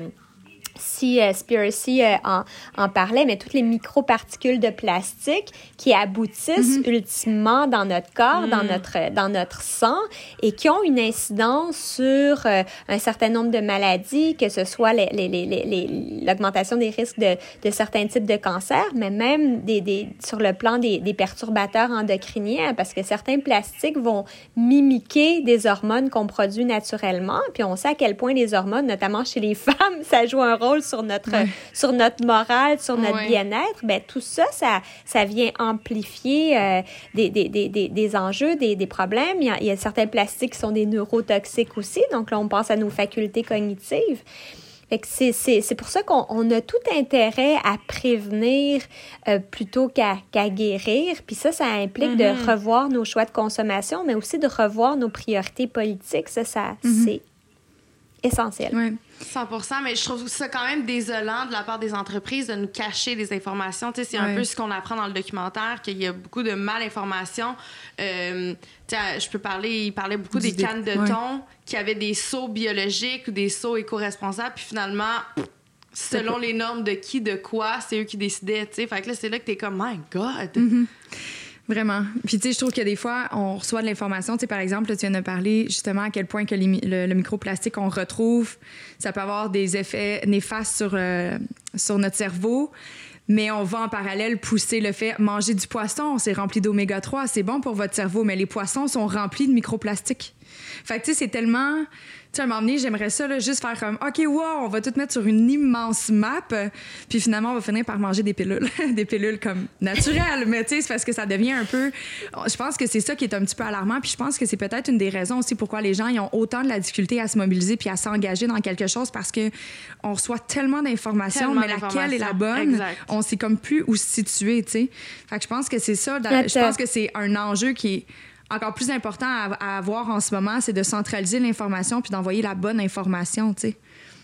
si euh, Spiracy euh, en, en parlait, mais toutes les microparticules de plastique qui aboutissent mm-hmm. ultimement dans notre corps, mm. dans notre dans notre sang et qui ont une incidence sur euh, un certain nombre de maladies, que ce soit les, les, les, les, les, l'augmentation des risques de, de certains types de cancers, mais même des, des, sur le plan des, des perturbateurs endocriniens, parce que certains plastiques vont mimiquer des hormones qu'on produit naturellement, puis on sait à quel point les hormones, notamment chez les femmes, ça joue un rôle sur notre ouais. sur notre morale, sur notre ouais. bien-être. Ben tout ça, ça ça vient amplifier euh, des, des, des, des, des enjeux, des, des problèmes. Il y, a, il y a certains plastiques qui sont des neurotoxiques aussi, donc là on pense à nos facultés cognitives. Fait que c'est, c'est, c'est pour ça qu'on on a tout intérêt à prévenir euh, plutôt qu'à, qu'à guérir. Puis ça, ça implique mm-hmm. de revoir nos choix de consommation, mais aussi de revoir nos priorités politiques. Ça, ça mm-hmm. c'est essentiel. Ouais. cent pour cent, mais je trouve ça quand même désolant de la part des entreprises de nous cacher des informations. Tu sais, c'est ouais. un peu ce qu'on apprend dans le documentaire, qu'il y a beaucoup de malinformation. Euh, tu sais, je peux parler, il parlait beaucoup du des dé... cannes de ouais. thon qui avaient des seaux biologiques ou des seaux éco-responsables, puis finalement, selon les normes de qui, de quoi, c'est eux qui décidaient, tu sais. Fait que là, c'est là que t'es comme « My God! Mm-hmm. » Vraiment. Puis, tu sais, je trouve que des fois, on reçoit de l'information. Tu sais, par exemple, là, tu viens de parler justement à quel point que les, le, le microplastique qu'on retrouve, ça peut avoir des effets néfastes sur, euh, sur notre cerveau. Mais on va en parallèle pousser le fait manger du poisson, c'est rempli d'oméga trois, c'est bon pour votre cerveau, mais les poissons sont remplis de microplastique. Fait que, tu sais, c'est tellement... Tu sais, à un moment donné, j'aimerais ça, là, juste faire comme, OK, wow, on va tout mettre sur une immense map, puis finalement, on va finir par manger des pilules. Des pilules comme naturelles, mais tu sais, c'est parce que ça devient un peu... Je pense que c'est ça qui est un petit peu alarmant, puis je pense que c'est peut-être une des raisons aussi pourquoi les gens ils ont autant de la difficulté à se mobiliser puis à s'engager dans quelque chose, parce que on reçoit tellement d'informations, tellement mais d'informations. Laquelle est la bonne, exact. On sait comme plus où se situer, tu sais. Fait que je pense que c'est ça. Dans, je pense que c'est un enjeu qui est encore plus important à, à avoir en ce moment, c'est de centraliser l'information puis d'envoyer la bonne information, tu sais.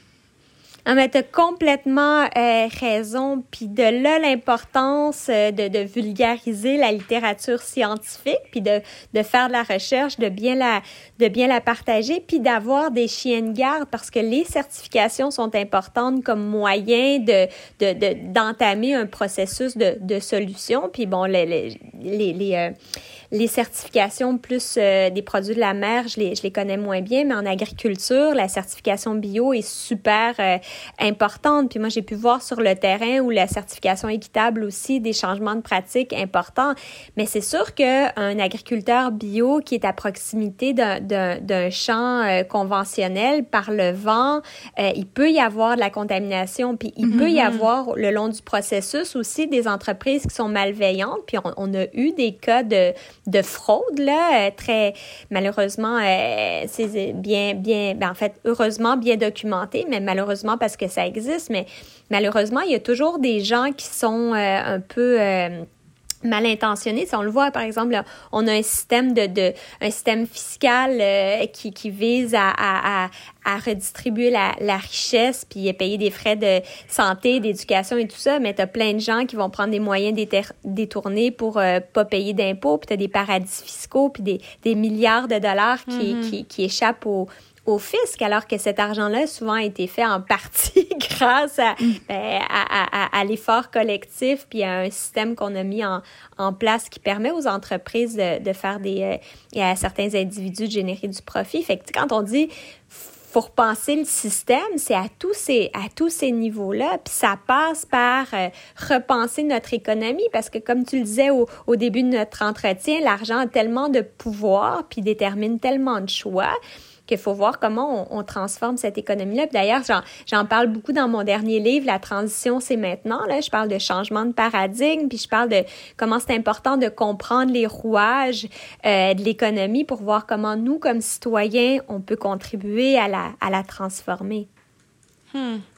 Ah, mais t'as complètement euh, raison. Puis de là, l'importance euh, de, de vulgariser la littérature scientifique, puis de, de faire de la recherche, de bien la, de bien la partager, puis d'avoir des chiens de garde, parce que les certifications sont importantes comme moyen de, de, de, d'entamer un processus de, de solution. Puis bon, les, les, les, les, euh, les certifications plus euh, des produits de la mer, je les, je les connais moins bien, mais en agriculture, la certification bio est super... Euh, importante. Puis moi, j'ai pu voir sur le terrain où la certification équitable aussi, des changements de pratiques importants. Mais c'est sûr qu'un agriculteur bio qui est à proximité d'un, d'un, d'un champ euh, conventionnel, par le vent, euh, il peut y avoir de la contamination. Puis il mm-hmm. peut y avoir, le long du processus aussi, des entreprises qui sont malveillantes. Puis on, on a eu des cas de, de fraude, là, euh, très, malheureusement, euh, c'est bien, bien, ben, en fait, heureusement bien documenté, mais malheureusement parce que ça existe, mais malheureusement, il y a toujours des gens qui sont euh, un peu... Euh, mal intentionnés. Si on le voit, par exemple, là, on a un système de, de un système fiscal euh, qui, qui vise à, à, à, à redistribuer la, la richesse puis à payer des frais de santé, d'éducation et tout ça, mais tu as plein de gens qui vont prendre des moyens déter- détournés pour euh, pas payer d'impôts, puis tu as des paradis fiscaux, puis des, des milliards de dollars qui, mm-hmm. qui, qui échappent au au fisc, alors que cet argent-là a souvent été fait en partie grâce à, mm. ben, à, à, à l'effort collectif puis à un système qu'on a mis en, en place qui permet aux entreprises de, de faire des... Euh, et à certains individus de générer du profit. Fait que quand on dit faut repenser le système, c'est à tous ces, à tous ces niveaux-là, puis ça passe par euh, repenser notre économie, parce que comme tu le disais au, au début de notre entretien, l'argent a tellement de pouvoir puis détermine tellement de choix qu'il faut voir comment on, on transforme cette économie-là. Puis d'ailleurs, j'en, j'en parle beaucoup dans mon dernier livre, La transition, c'est maintenant. Là, je parle de changement de paradigme, puis je parle de comment c'est important de comprendre les rouages euh, de l'économie pour voir comment nous, comme citoyens, on peut contribuer à la, à la transformer. Hmm.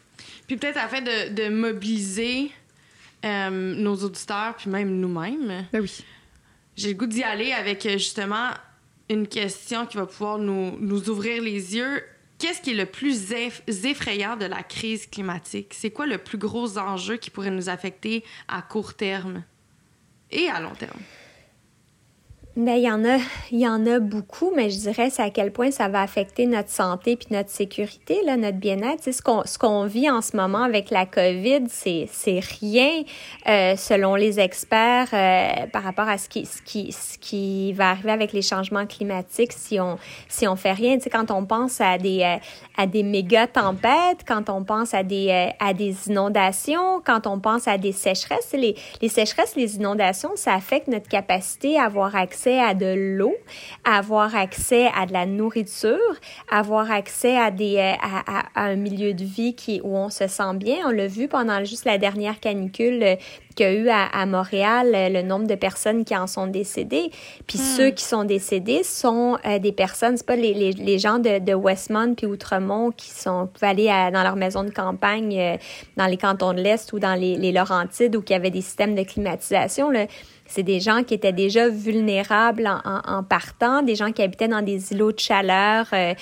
Puis peut-être afin de, de mobiliser euh, nos auditeurs, puis même nous-mêmes. Ben oui. J'ai le goût d'y aller avec justement une question qui va pouvoir nous, nous ouvrir les yeux. Qu'est-ce qui est le plus eff- effrayant de la crise climatique? C'est quoi le plus gros enjeu qui pourrait nous affecter à court terme et à long terme? Bien, il y en a, il y en a beaucoup, mais je dirais c'est à quel point ça va affecter notre santé puis notre sécurité, là, notre bien-être. Tu sais, ce qu'on, ce qu'on vit en ce moment avec la COVID, c'est, c'est rien, euh, selon les experts, euh, par rapport à ce qui, ce qui, ce qui va arriver avec les changements climatiques si on, si on fait rien. Tu sais, quand on pense à des, euh, à des méga tempêtes, quand on pense à des, euh, à des inondations, quand on pense à des sécheresses, les, les sécheresses, les inondations, ça affecte notre capacité à avoir accès à de l'eau, à avoir accès à de la nourriture, à avoir accès à, des, à, à, à un milieu de vie qui, où on se sent bien. On l'a vu pendant juste la dernière canicule euh, qu'il y a eu à, à Montréal, euh, le nombre de personnes qui en sont décédées. Puis hmm. ceux qui sont décédés sont euh, des personnes, c'est pas les, les, les gens de, de Westmount puis Outremont qui sont qui pouvaient aller à, dans leur maison de campagne euh, dans les cantons de l'Est ou dans les, les Laurentides où il y avait des systèmes de climatisation, là. C'est des gens qui étaient déjà vulnérables en, en, en partant, des gens qui habitaient dans des îlots de chaleur euh,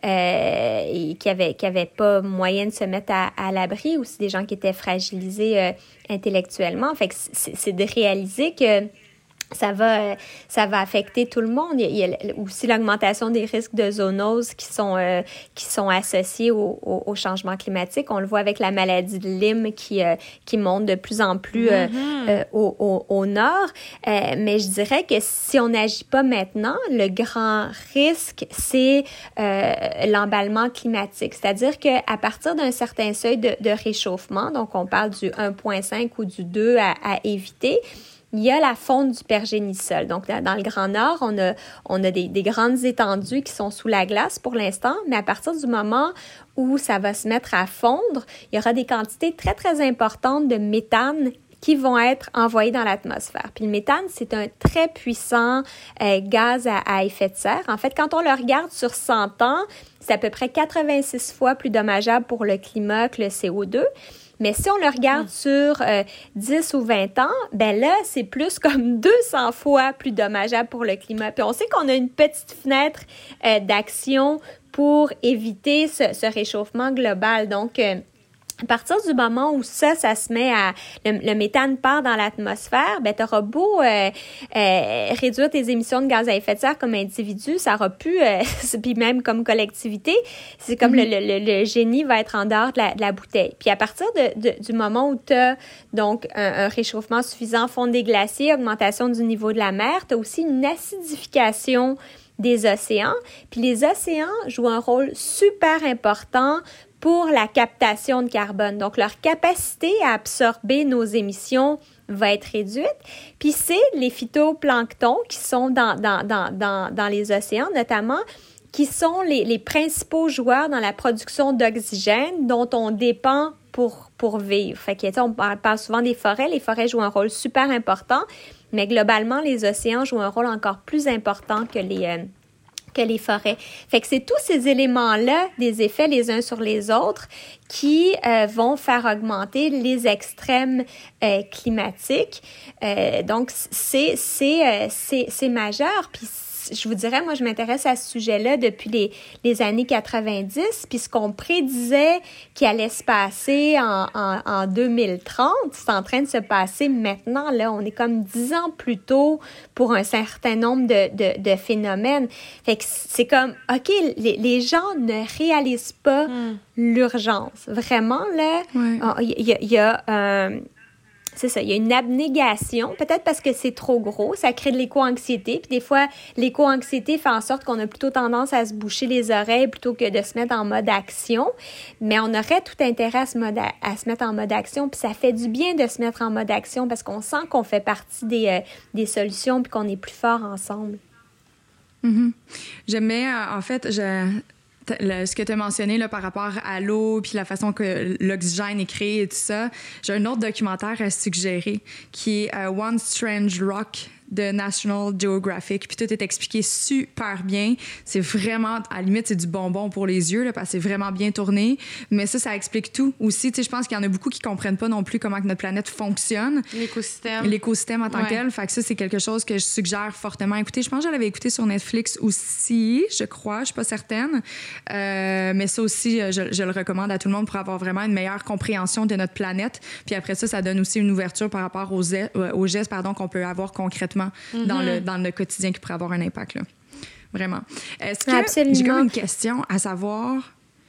euh, et qui avaient, qui avaient pas moyen de se mettre à, à l'abri, ou c'est des gens qui étaient fragilisés euh, intellectuellement. Fait que c'est, c'est de réaliser que ça va, ça va affecter tout le monde. Il y a aussi l'augmentation des risques de zoonose qui sont, euh, qui sont associés au, au, au changement climatique. On le voit avec la maladie de Lyme qui, euh, qui monte de plus en plus euh, mm-hmm. euh, au, au, au nord. Euh, mais je dirais que si on n'agit pas maintenant, le grand risque, c'est euh, l'emballement climatique. C'est-à-dire qu'à partir d'un certain seuil de, de réchauffement, donc on parle du un virgule cinq ou du deux à, à éviter, il y a la fonte du pergénisol. Donc, dans le Grand Nord, on a, on a des, des grandes étendues qui sont sous la glace pour l'instant, mais à partir du moment où ça va se mettre à fondre, il y aura des quantités très, très importantes de méthane qui vont être envoyées dans l'atmosphère. Puis le méthane, c'est un très puissant euh, gaz à, à effet de serre. En fait, quand on le regarde sur cent ans, c'est à peu près quatre-vingt-six fois plus dommageable pour le climat que le C O deux. Mais si on le regarde mmh. sur euh, dix ou vingt ans, ben là, c'est plus comme deux cents fois plus dommageable pour le climat. Puis on sait qu'on a une petite fenêtre euh, d'action pour éviter ce, ce réchauffement global. Donc, euh, à partir du moment où ça, ça se met à... Le, le méthane part dans l'atmosphère, ben t'auras beau euh, euh, réduire tes émissions de gaz à effet de serre comme individu, ça aura pu, euh, puis même comme collectivité, c'est comme mm-hmm. le, le, le génie va être en dehors de la, de la bouteille. Puis à partir de, de, du moment où t'as donc un, un réchauffement suffisant, fonte des glaciers, augmentation du niveau de la mer, t'as aussi une acidification des océans. Puis les océans jouent un rôle super important pour la captation de carbone. Donc, leur capacité à absorber nos émissions va être réduite. Puis, c'est les phytoplanctons qui sont dans, dans, dans, dans, dans les océans, notamment, qui sont les, les principaux joueurs dans la production d'oxygène dont on dépend pour, pour vivre. Fait que, on parle souvent des forêts. Les forêts jouent un rôle super important, mais globalement, les océans jouent un rôle encore plus important que les... Euh, que les forêts. Fait que c'est tous ces éléments-là, des effets les uns sur les autres, qui euh, vont faire augmenter les extrêmes euh, climatiques. Euh, donc, c'est, c'est, euh, c'est, c'est majeur. Puis, je vous dirais, moi, je m'intéresse à ce sujet-là depuis les, les années quatre-vingt-dix, puis ce qu'on prédisait qui allait se passer en, en, en deux mille trente, c'est en train de se passer maintenant. Là, on est comme dix ans plus tôt pour un certain nombre de, de, de phénomènes. Fait que c'est comme, OK, les, les gens ne réalisent pas mm. l'urgence. Vraiment, là, il ouais. y, y, y a... Euh, C'est ça, il y a une abnégation, peut-être parce que c'est trop gros, ça crée de l'éco-anxiété, puis des fois, l'éco-anxiété fait en sorte qu'on a plutôt tendance à se boucher les oreilles plutôt que de se mettre en mode action, mais on aurait tout intérêt à se, mode à, à se mettre en mode action, puis ça fait du bien de se mettre en mode action parce qu'on sent qu'on fait partie des, euh, des solutions puis qu'on est plus fort ensemble. Mm-hmm. J'aimais, en fait, je... Le, ce que tu as mentionné là, par rapport à l'eau puis la façon que l'oxygène est créé et tout ça, j'ai un autre documentaire à suggérer qui est uh, One Strange Rock de National Geographic, puis tout est expliqué super bien. C'est vraiment, à la limite, c'est du bonbon pour les yeux, là, parce que c'est vraiment bien tourné. Mais ça, ça explique tout aussi. Tu sais, je pense qu'il y en a beaucoup qui comprennent pas non plus comment que notre planète fonctionne. L'écosystème. L'écosystème en tant ouais. que tel. Fait que ça, c'est quelque chose que je suggère fortement. Écoutez, je pense que je l'avais écouté sur Netflix aussi, je crois, je suis pas certaine. Euh, mais ça aussi, je, je le recommande à tout le monde pour avoir vraiment une meilleure compréhension de notre planète. Puis après ça, ça donne aussi une ouverture par rapport aux, aux gestes pardon, qu'on peut avoir concrètement mm-hmm. dans, le, dans le quotidien qui pourrait avoir un impact. Là. Vraiment. Est-ce que Absolument. J'ai comme une question à savoir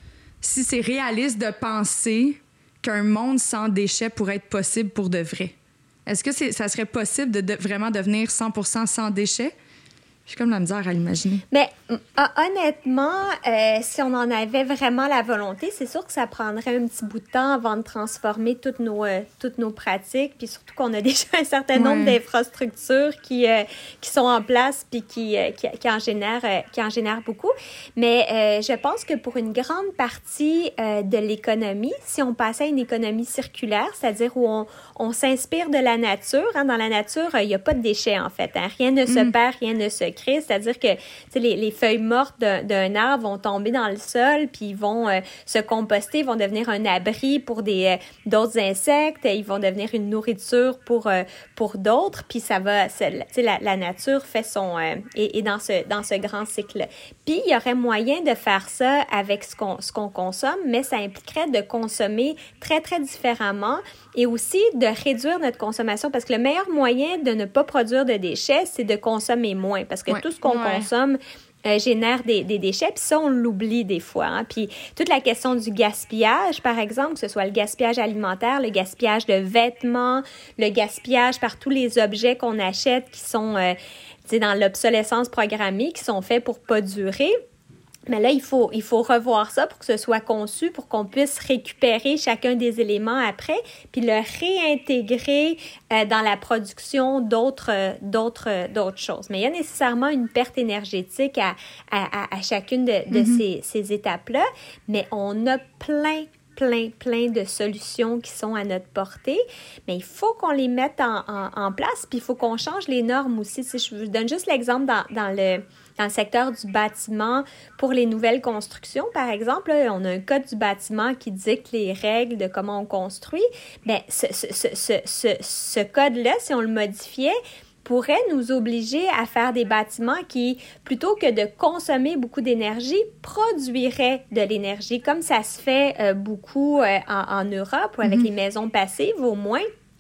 si c'est réaliste de penser qu'un monde sans déchets pourrait être possible pour de vrai? Est-ce que c'est, ça serait possible de, de vraiment devenir cent pour cent sans déchets? J'ai comme la misère à l'imaginer. Mais honnêtement, euh, si on en avait vraiment la volonté, c'est sûr que ça prendrait un petit bout de temps avant de transformer toutes nos, euh, toutes nos pratiques, puis surtout qu'on a déjà un certain nombre ouais. d'infrastructures qui, euh, qui sont en place puis qui, euh, qui, qui, en génèrent, euh, qui en génèrent beaucoup. Mais euh, je pense que pour une grande partie euh, de l'économie, si on passait à une économie circulaire, c'est-à-dire où on, on s'inspire de la nature, hein, dans la nature, il n'y a pas de déchets en fait. Hein, rien ne mm. se perd, rien ne se crée, c'est-à-dire que les, les feuilles mortes d'un, d'un arbre vont tomber dans le sol, puis ils vont euh, se composter, ils vont devenir un abri pour des, euh, d'autres insectes, ils vont devenir une nourriture pour, euh, pour d'autres, puis ça va, la, la nature fait son... Euh, est, est dans ce, dans ce grand cycle-là. Puis il y aurait moyen de faire ça avec ce qu'on, ce qu'on consomme, mais ça impliquerait de consommer très, très différemment et aussi de réduire notre consommation, parce que le meilleur moyen de ne pas produire de déchets, c'est de consommer moins, parce que ouais. tout ce qu'on ouais. consomme euh, génère des, des déchets, puis ça, on l'oublie des fois. Hein. Puis toute la question du gaspillage, par exemple, que ce soit le gaspillage alimentaire, le gaspillage de vêtements, le gaspillage par tous les objets qu'on achète qui sont euh, dans l'obsolescence programmée, qui sont faits pour pas durer. Mais là, il faut, il faut revoir ça pour que ce soit conçu, pour qu'on puisse récupérer chacun des éléments après, puis le réintégrer euh, dans la production d'autres, euh, d'autres, euh, d'autres choses. Mais il y a nécessairement une perte énergétique à, à, à, à chacune de, de mm-hmm. ces, ces étapes-là, mais on a plein plein, plein de solutions qui sont à notre portée, mais il faut qu'on les mette en, en, en place, puis il faut qu'on change les normes aussi. Si je vous donne juste l'exemple dans, dans le... dans le secteur du bâtiment, pour les nouvelles constructions, par exemple, là, on a un code du bâtiment qui dicte les règles de comment on construit. Bien, ce, ce, ce, ce, ce, ce code-là, si on le modifiait, pourrait nous obliger à faire des bâtiments qui, plutôt que de consommer beaucoup d'énergie, produiraient de l'énergie, comme ça se fait euh, beaucoup euh, en, en Europe, ou avec mm-hmm. les maisons passives au moins,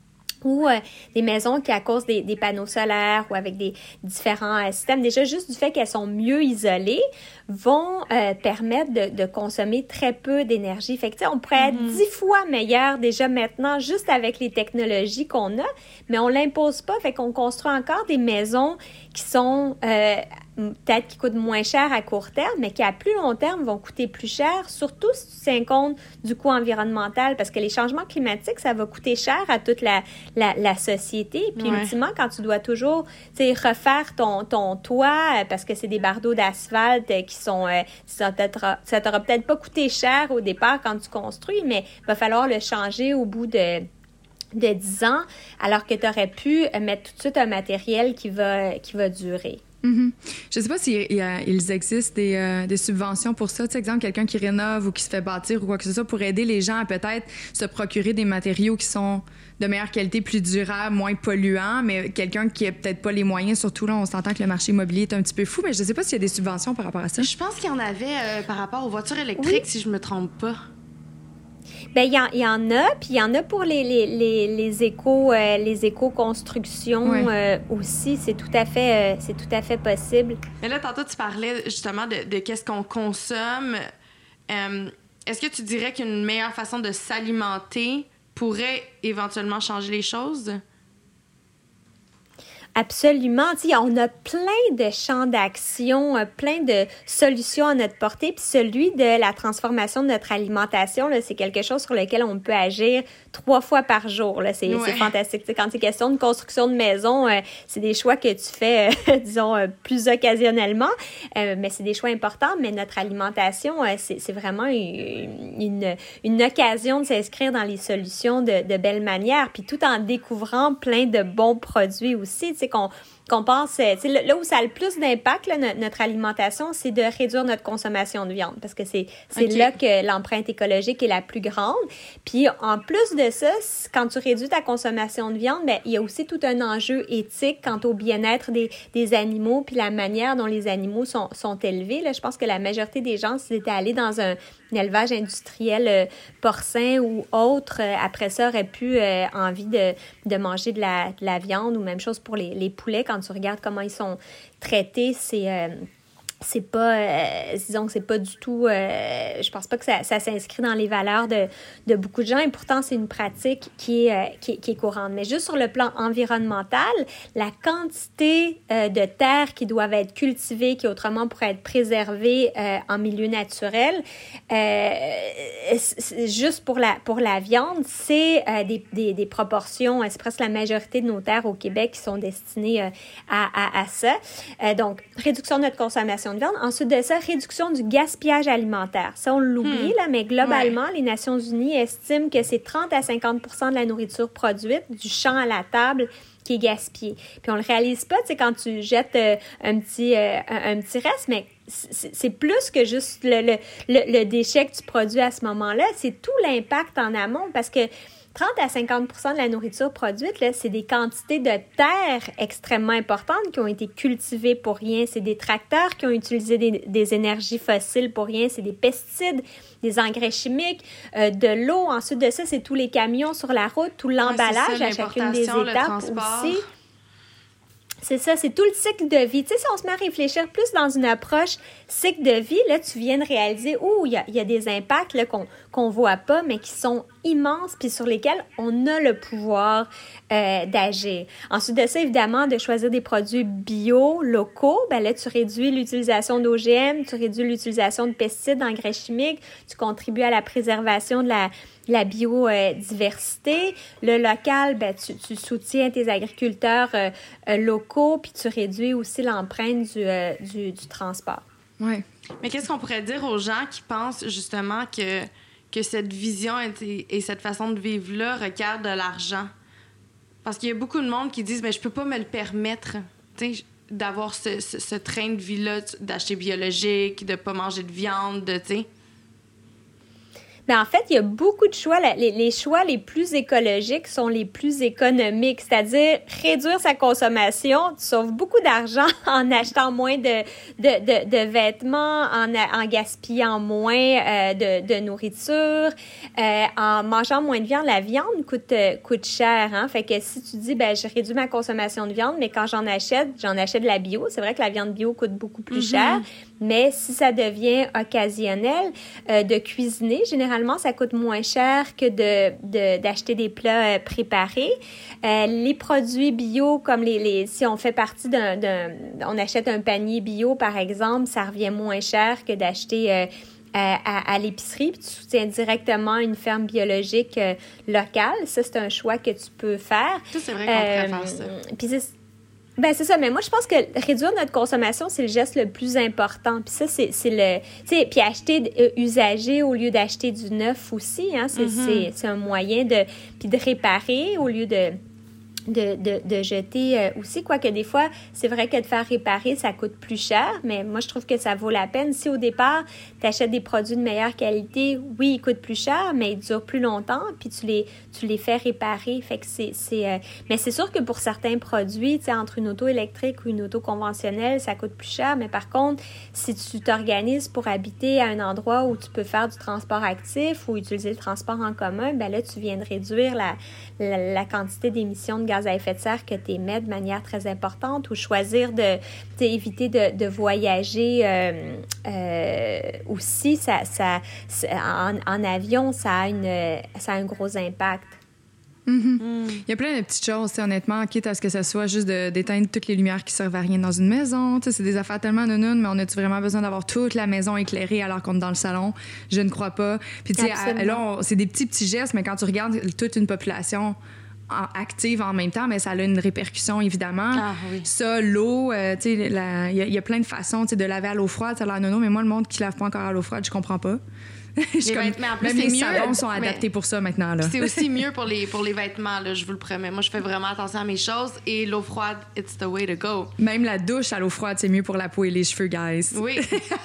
ou euh, des maisons qui, à cause des, des panneaux solaires ou avec des différents euh, systèmes, déjà juste du fait qu'elles sont mieux isolées, vont euh, permettre de, de consommer très peu d'énergie. Fait que, tu sais, on pourrait mm-hmm. être dix fois meilleur déjà maintenant, juste avec les technologies qu'on a, mais on l'impose pas. Fait qu'on construit encore des maisons qui sont... Euh, peut-être qui coûtent moins cher à court terme, mais qui à plus long terme vont coûter plus cher, surtout si tu tiens compte du coût environnemental, parce que les changements climatiques, ça va coûter cher à toute la, la, la société. Puis ouais. ultimement, quand tu dois toujours refaire ton, ton toit, parce que c'est des bardeaux d'asphalte qui sont... Euh, ça, ça t'aura peut-être pas coûté cher au départ quand tu construis, mais il va falloir le changer au bout de... de dix ans, alors que tu aurais pu mettre tout de suite un matériel qui va, qui va durer. Mm-hmm. Je ne sais pas s'il si, euh, il existe des, euh, des subventions pour ça. Tu sais, exemple, quelqu'un qui rénove ou qui se fait bâtir ou quoi que ce soit pour aider les gens à peut-être se procurer des matériaux qui sont de meilleure qualité, plus durables, moins polluants, mais quelqu'un qui n'a peut-être pas les moyens, surtout là, on s'entend que le marché immobilier est un petit peu fou, mais je ne sais pas s'il y a des subventions par rapport à ça. Je pense qu'il y en avait euh, par rapport aux voitures électriques, oui. si je ne me trompe pas. Bien, il y, y en a, puis il y en a pour les, les, les, les éco, euh, les éco-constructions ouais. euh, aussi. C'est tout à fait, euh, c'est tout à fait possible. Mais là, tantôt, tu parlais justement de, de qu'est-ce qu'on consomme. Euh, est-ce que tu dirais qu'une meilleure façon de s'alimenter pourrait éventuellement changer les choses? Absolument. Tu sais, on a plein de champs d'action, plein de solutions à notre portée. Puis celui de la transformation de notre alimentation, là, c'est quelque chose sur lequel on peut agir trois fois par jour. Là. C'est, ouais. c'est fantastique. Tu sais, quand c'est question de construction de maison, euh, c'est des choix que tu fais, euh, disons, euh, plus occasionnellement. Euh, mais c'est des choix importants. Mais notre alimentation, euh, c'est, c'est vraiment une, une, une occasion de s'inscrire dans les solutions de, de belle manière. Puis tout en découvrant plein de bons produits aussi. Tu sais, sais, qu'on, qu'on pense, tu sais, là où ça a le plus d'impact, là, notre, notre alimentation, c'est de réduire notre consommation de viande, parce que c'est, c'est okay. là que l'empreinte écologique est la plus grande. Puis, en plus de ça, quand tu réduis ta consommation de viande, bien, il y a aussi tout un enjeu éthique quant au bien-être des, des animaux, puis la manière dont les animaux sont, sont élevés. Là, je pense que la majorité des gens, s'ils étaient allés dans un, un élevage industriel euh, porcin ou autre, euh, après ça, auraient pu euh, envie de, de manger de la, de la viande, ou même chose pour les, les poulets. Quand tu regardes comment ils sont traités, c'est... Euh, c'est pas, euh, disons que c'est pas du tout, euh, je pense pas que ça, ça s'inscrit dans les valeurs de, de beaucoup de gens, et pourtant c'est une pratique qui est, euh, qui, est, qui est courante. Mais juste sur le plan environnemental, la quantité euh, de terres qui doivent être cultivées, qui autrement pourraient être préservées euh, en milieu naturel, euh, juste pour la, pour la viande, c'est euh, des, des, des proportions, c'est presque la majorité de nos terres au Québec qui sont destinées euh, à, à, à ça. Euh, donc, réduction de notre consommation de viande. Ensuite de ça, réduction du gaspillage alimentaire. Ça, on l'oublie, hmm. là, mais globalement, ouais. les Nations unies estiment que c'est trente à cinquante pour cent de la nourriture produite, du champ à la table, qui est gaspillée. Puis on le réalise pas, tu sais, quand tu jettes euh, un, petit, euh, un, un petit reste, mais c'est, c'est plus que juste le, le, le, le déchet que tu produis à ce moment-là. C'est tout l'impact en amont, parce que trente à cinquante pour cent de la nourriture produite, là, c'est des quantités de terre extrêmement importantes qui ont été cultivées pour rien. C'est des tracteurs qui ont utilisé des, des énergies fossiles pour rien. C'est des pesticides, des engrais chimiques, euh, de l'eau. Ensuite de ça, c'est tous les camions sur la route, tout l'emballage ouais, ça, à chacune des étapes aussi. C'est ça, c'est tout le cycle de vie. Tu sais, si on se met à réfléchir plus dans une approche cycle de vie, là, tu viens de réaliser, ouh, il y a, y a des impacts là, qu'on qu'on voit pas, mais qui sont immenses, puis sur lesquels on a le pouvoir euh, d'agir. Ensuite de ça, évidemment, de choisir des produits bio, locaux, ben là, tu réduis l'utilisation d'O G M, tu réduis l'utilisation de pesticides, d'engrais chimiques, tu contribues à la préservation de la la biodiversité. Le local, ben, tu, tu soutiens tes agriculteurs euh, euh, locaux, puis tu réduis aussi l'empreinte du, euh, du, du transport. Oui. Mais qu'est-ce qu'on pourrait dire aux gens qui pensent justement que, que cette vision et, et cette façon de vivre-là requiert de l'argent? Parce qu'il y a beaucoup de monde qui disent « mais je peux pas me le permettre, tu sais, d'avoir ce, ce, ce train de vie-là, d'acheter biologique, de pas manger de viande, de, tu sais... » Mais en fait, il y a beaucoup de choix. Les, les choix les plus écologiques sont les plus économiques, c'est-à-dire réduire sa consommation. Tu sauves beaucoup d'argent en achetant moins de, de, de, de vêtements, en, en gaspillant moins euh, de, de nourriture, euh, en mangeant moins de viande. La viande coûte, coûte cher, hein? Fait que si tu dis, ben je réduis ma consommation de viande, mais quand j'en achète, j'en achète de la bio. C'est vrai que la viande bio coûte beaucoup plus mm-hmm. cher, mais si ça devient occasionnel euh, de cuisiner, généralement, ça coûte moins cher que de, de, d'acheter des plats euh, préparés. Euh, les produits bio, comme les, les si on fait partie d'un, d'un... On achète un panier bio, par exemple, ça revient moins cher que d'acheter... Euh, À, à, à l'épicerie, puis tu soutiens directement une ferme biologique euh, locale. Ça, c'est un choix que tu peux faire. Ça, c'est vrai qu'on euh, préfère ça. Puis c'est, ben c'est ça, mais moi, je pense que réduire notre consommation, c'est le geste le plus important. Puis ça, c'est, c'est le... Tu sais, puis acheter euh, usagé au lieu d'acheter du neuf aussi, hein, c'est, mm-hmm. c'est, c'est un moyen de... Puis de réparer au lieu de... De, de, de jeter euh, aussi, quoique des fois, c'est vrai que de faire réparer, ça coûte plus cher, mais moi, je trouve que ça vaut la peine. Si au départ, tu achètes des produits de meilleure qualité, oui, ils coûtent plus cher, mais ils durent plus longtemps, puis tu les, tu les fais réparer. Fait que c'est... c'est euh... Mais c'est sûr que pour certains produits, tu sais, entre une auto électrique ou une auto conventionnelle, ça coûte plus cher, mais par contre, si tu t'organises pour habiter à un endroit où tu peux faire du transport actif ou utiliser le transport en commun, ben là, tu viens de réduire la, la, la quantité d'émissions de gaz à effet de serre que tu émets de manière très importante, ou choisir de éviter de, de voyager euh, euh, aussi, ça, ça, en, en avion, ça a, une, ça a un gros impact. Mm-hmm. Mm. Il y a plein de petites choses, honnêtement, quitte à ce que ce soit juste de, d'éteindre toutes les lumières qui servent à rien dans une maison. C'est des affaires tellement nounounes, mais on a-tu vraiment besoin d'avoir toute la maison éclairée alors qu'on est dans le salon? Je ne crois pas. Puis, tu sais, là, on, c'est des petits, petits gestes, mais quand tu regardes toute une population active en même temps, mais ça a une répercussion, évidemment. Ah, oui. Ça, l'eau, euh, tu sais, il y, y a plein de façons de laver à l'eau froide, ça a l'air nono, mais moi, le monde qui lave pas encore à l'eau froide, je comprends pas. Les comme, vêtements, en plus, même les mieux, salons sont adaptés pour ça maintenant. Là. C'est aussi mieux pour les, pour les vêtements, là, je vous le promets. Moi, je fais vraiment attention à mes choses et l'eau froide, it's the way to go. Même la douche à l'eau froide, c'est mieux pour la peau et les cheveux, guys. Oui.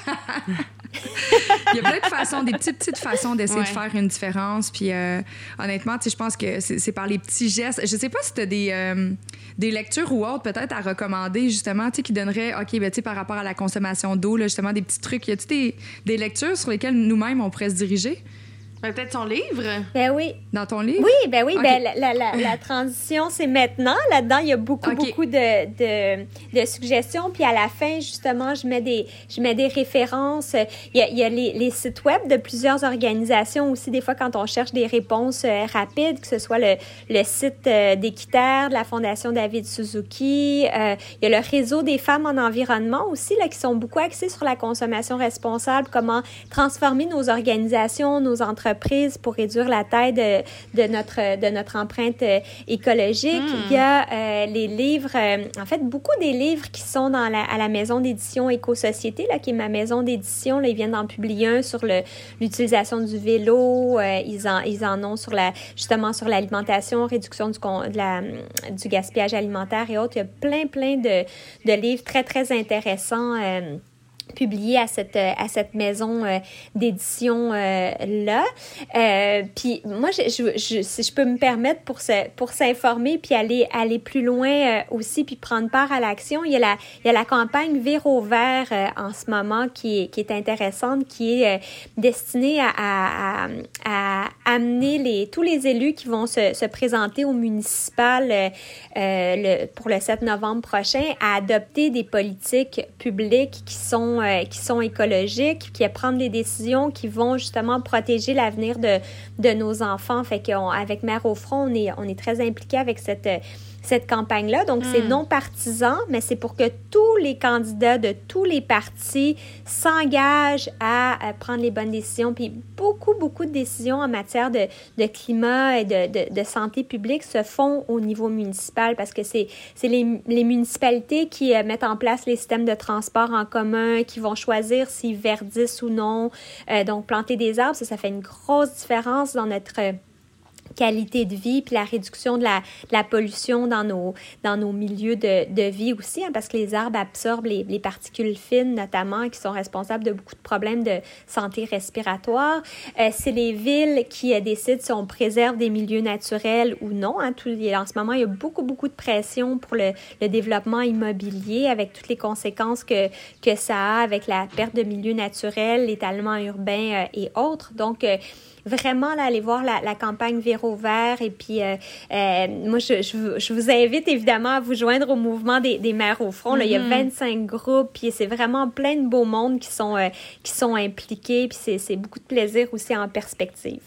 Il y a plein de façons, des petites, petites façons d'essayer ouais. de faire une différence. Puis euh, honnêtement, tu sais, je pense que c'est, c'est par les petits gestes. Je sais pas si tu as des, euh, des lectures ou autres peut-être à recommander, justement, tu sais, qui donneraient, OK, ben, tu sais, par rapport à la consommation d'eau, là, justement, des petits trucs. Y a-tu des, des lectures sur lesquelles nous-mêmes, on pourrait se diriger? Ben, peut-être ton livre? Ben oui. Dans ton livre? Oui, ben oui. Okay. Ben, la, la, la transition, c'est maintenant. Là-dedans, il y a beaucoup, okay. beaucoup de, de, de suggestions. Puis à la fin, justement, je mets des, je mets des références. Il y a, il y a les, les sites web de plusieurs organisations aussi, des fois, quand on cherche des réponses euh, rapides, que ce soit le, le site euh, d'Équiterre, de la Fondation David Suzuki. Euh, il y a le réseau des femmes en environnement aussi, là, qui sont beaucoup axés sur la consommation responsable, comment transformer nos organisations, nos entreprises, pour réduire la taille de, de, notre, de notre empreinte euh, écologique. Mmh. Il y a euh, les livres, euh, en fait, beaucoup des livres qui sont dans la, à la maison d'édition Éco-Société, là, qui est ma maison d'édition. Là, ils viennent d'en publier un sur le, l'utilisation du vélo. Euh, ils, en, ils en ont sur la, justement sur l'alimentation, réduction du, de la, du gaspillage alimentaire et autres. Il y a plein, plein de, de livres très, très intéressants euh, publié à cette, à cette maison euh, d'édition-là. Euh, euh, puis moi, je, je, je, si je peux me permettre pour, se, pour s'informer puis aller, aller plus loin euh, aussi puis prendre part à l'action, il y a la, il y a la campagne Véro vert euh, en ce moment qui est, qui est intéressante, qui est euh, destinée à, à, à, à amener les, tous les élus qui vont se, se présenter au municipal euh, euh, le, pour le sept novembre prochain à adopter des politiques publiques qui sont Euh, qui sont écologiques, puis à prendre des décisions qui vont justement protéger l'avenir de, de nos enfants. Fait qu'avec Mères au front, on est, on est très impliqués avec cette, cette campagne-là. Donc, mm. c'est non partisan, mais c'est pour que tous les candidats de tous les partis s'engagent à, à prendre les bonnes décisions. Puis beaucoup, beaucoup de décisions en matière de, de climat et de, de, de santé publique se font au niveau municipal parce que c'est, c'est les, les municipalités qui euh, mettent en place les systèmes de transport en commun, qui vont choisir s'ils verdissent ou non. Euh, donc, planter des arbres, ça, ça fait une grosse différence dans notre euh, qualité de vie, puis la réduction de la, de la pollution dans nos, dans nos milieux de, de vie aussi, hein, parce que les arbres absorbent les, les particules fines, notamment, qui sont responsables de beaucoup de problèmes de santé respiratoire. Euh, c'est les villes qui euh, décident si on préserve des milieux naturels ou non. Hein. Tout, en ce moment, il y a beaucoup, beaucoup de pression pour le, le développement immobilier, avec toutes les conséquences que, que ça a avec la perte de milieux naturels, l'étalement urbain euh, et autres. Donc, euh, vraiment, là, aller voir la, la campagne Véro vert. Et puis, euh, euh, moi, je, je, je vous invite évidemment à vous joindre au mouvement des, des Mères au front. Là, mm-hmm. Il y a vingt-cinq groupes, puis c'est vraiment plein de beaux mondes qui sont, euh, qui sont impliqués. Puis c'est, c'est beaucoup de plaisir aussi en perspective.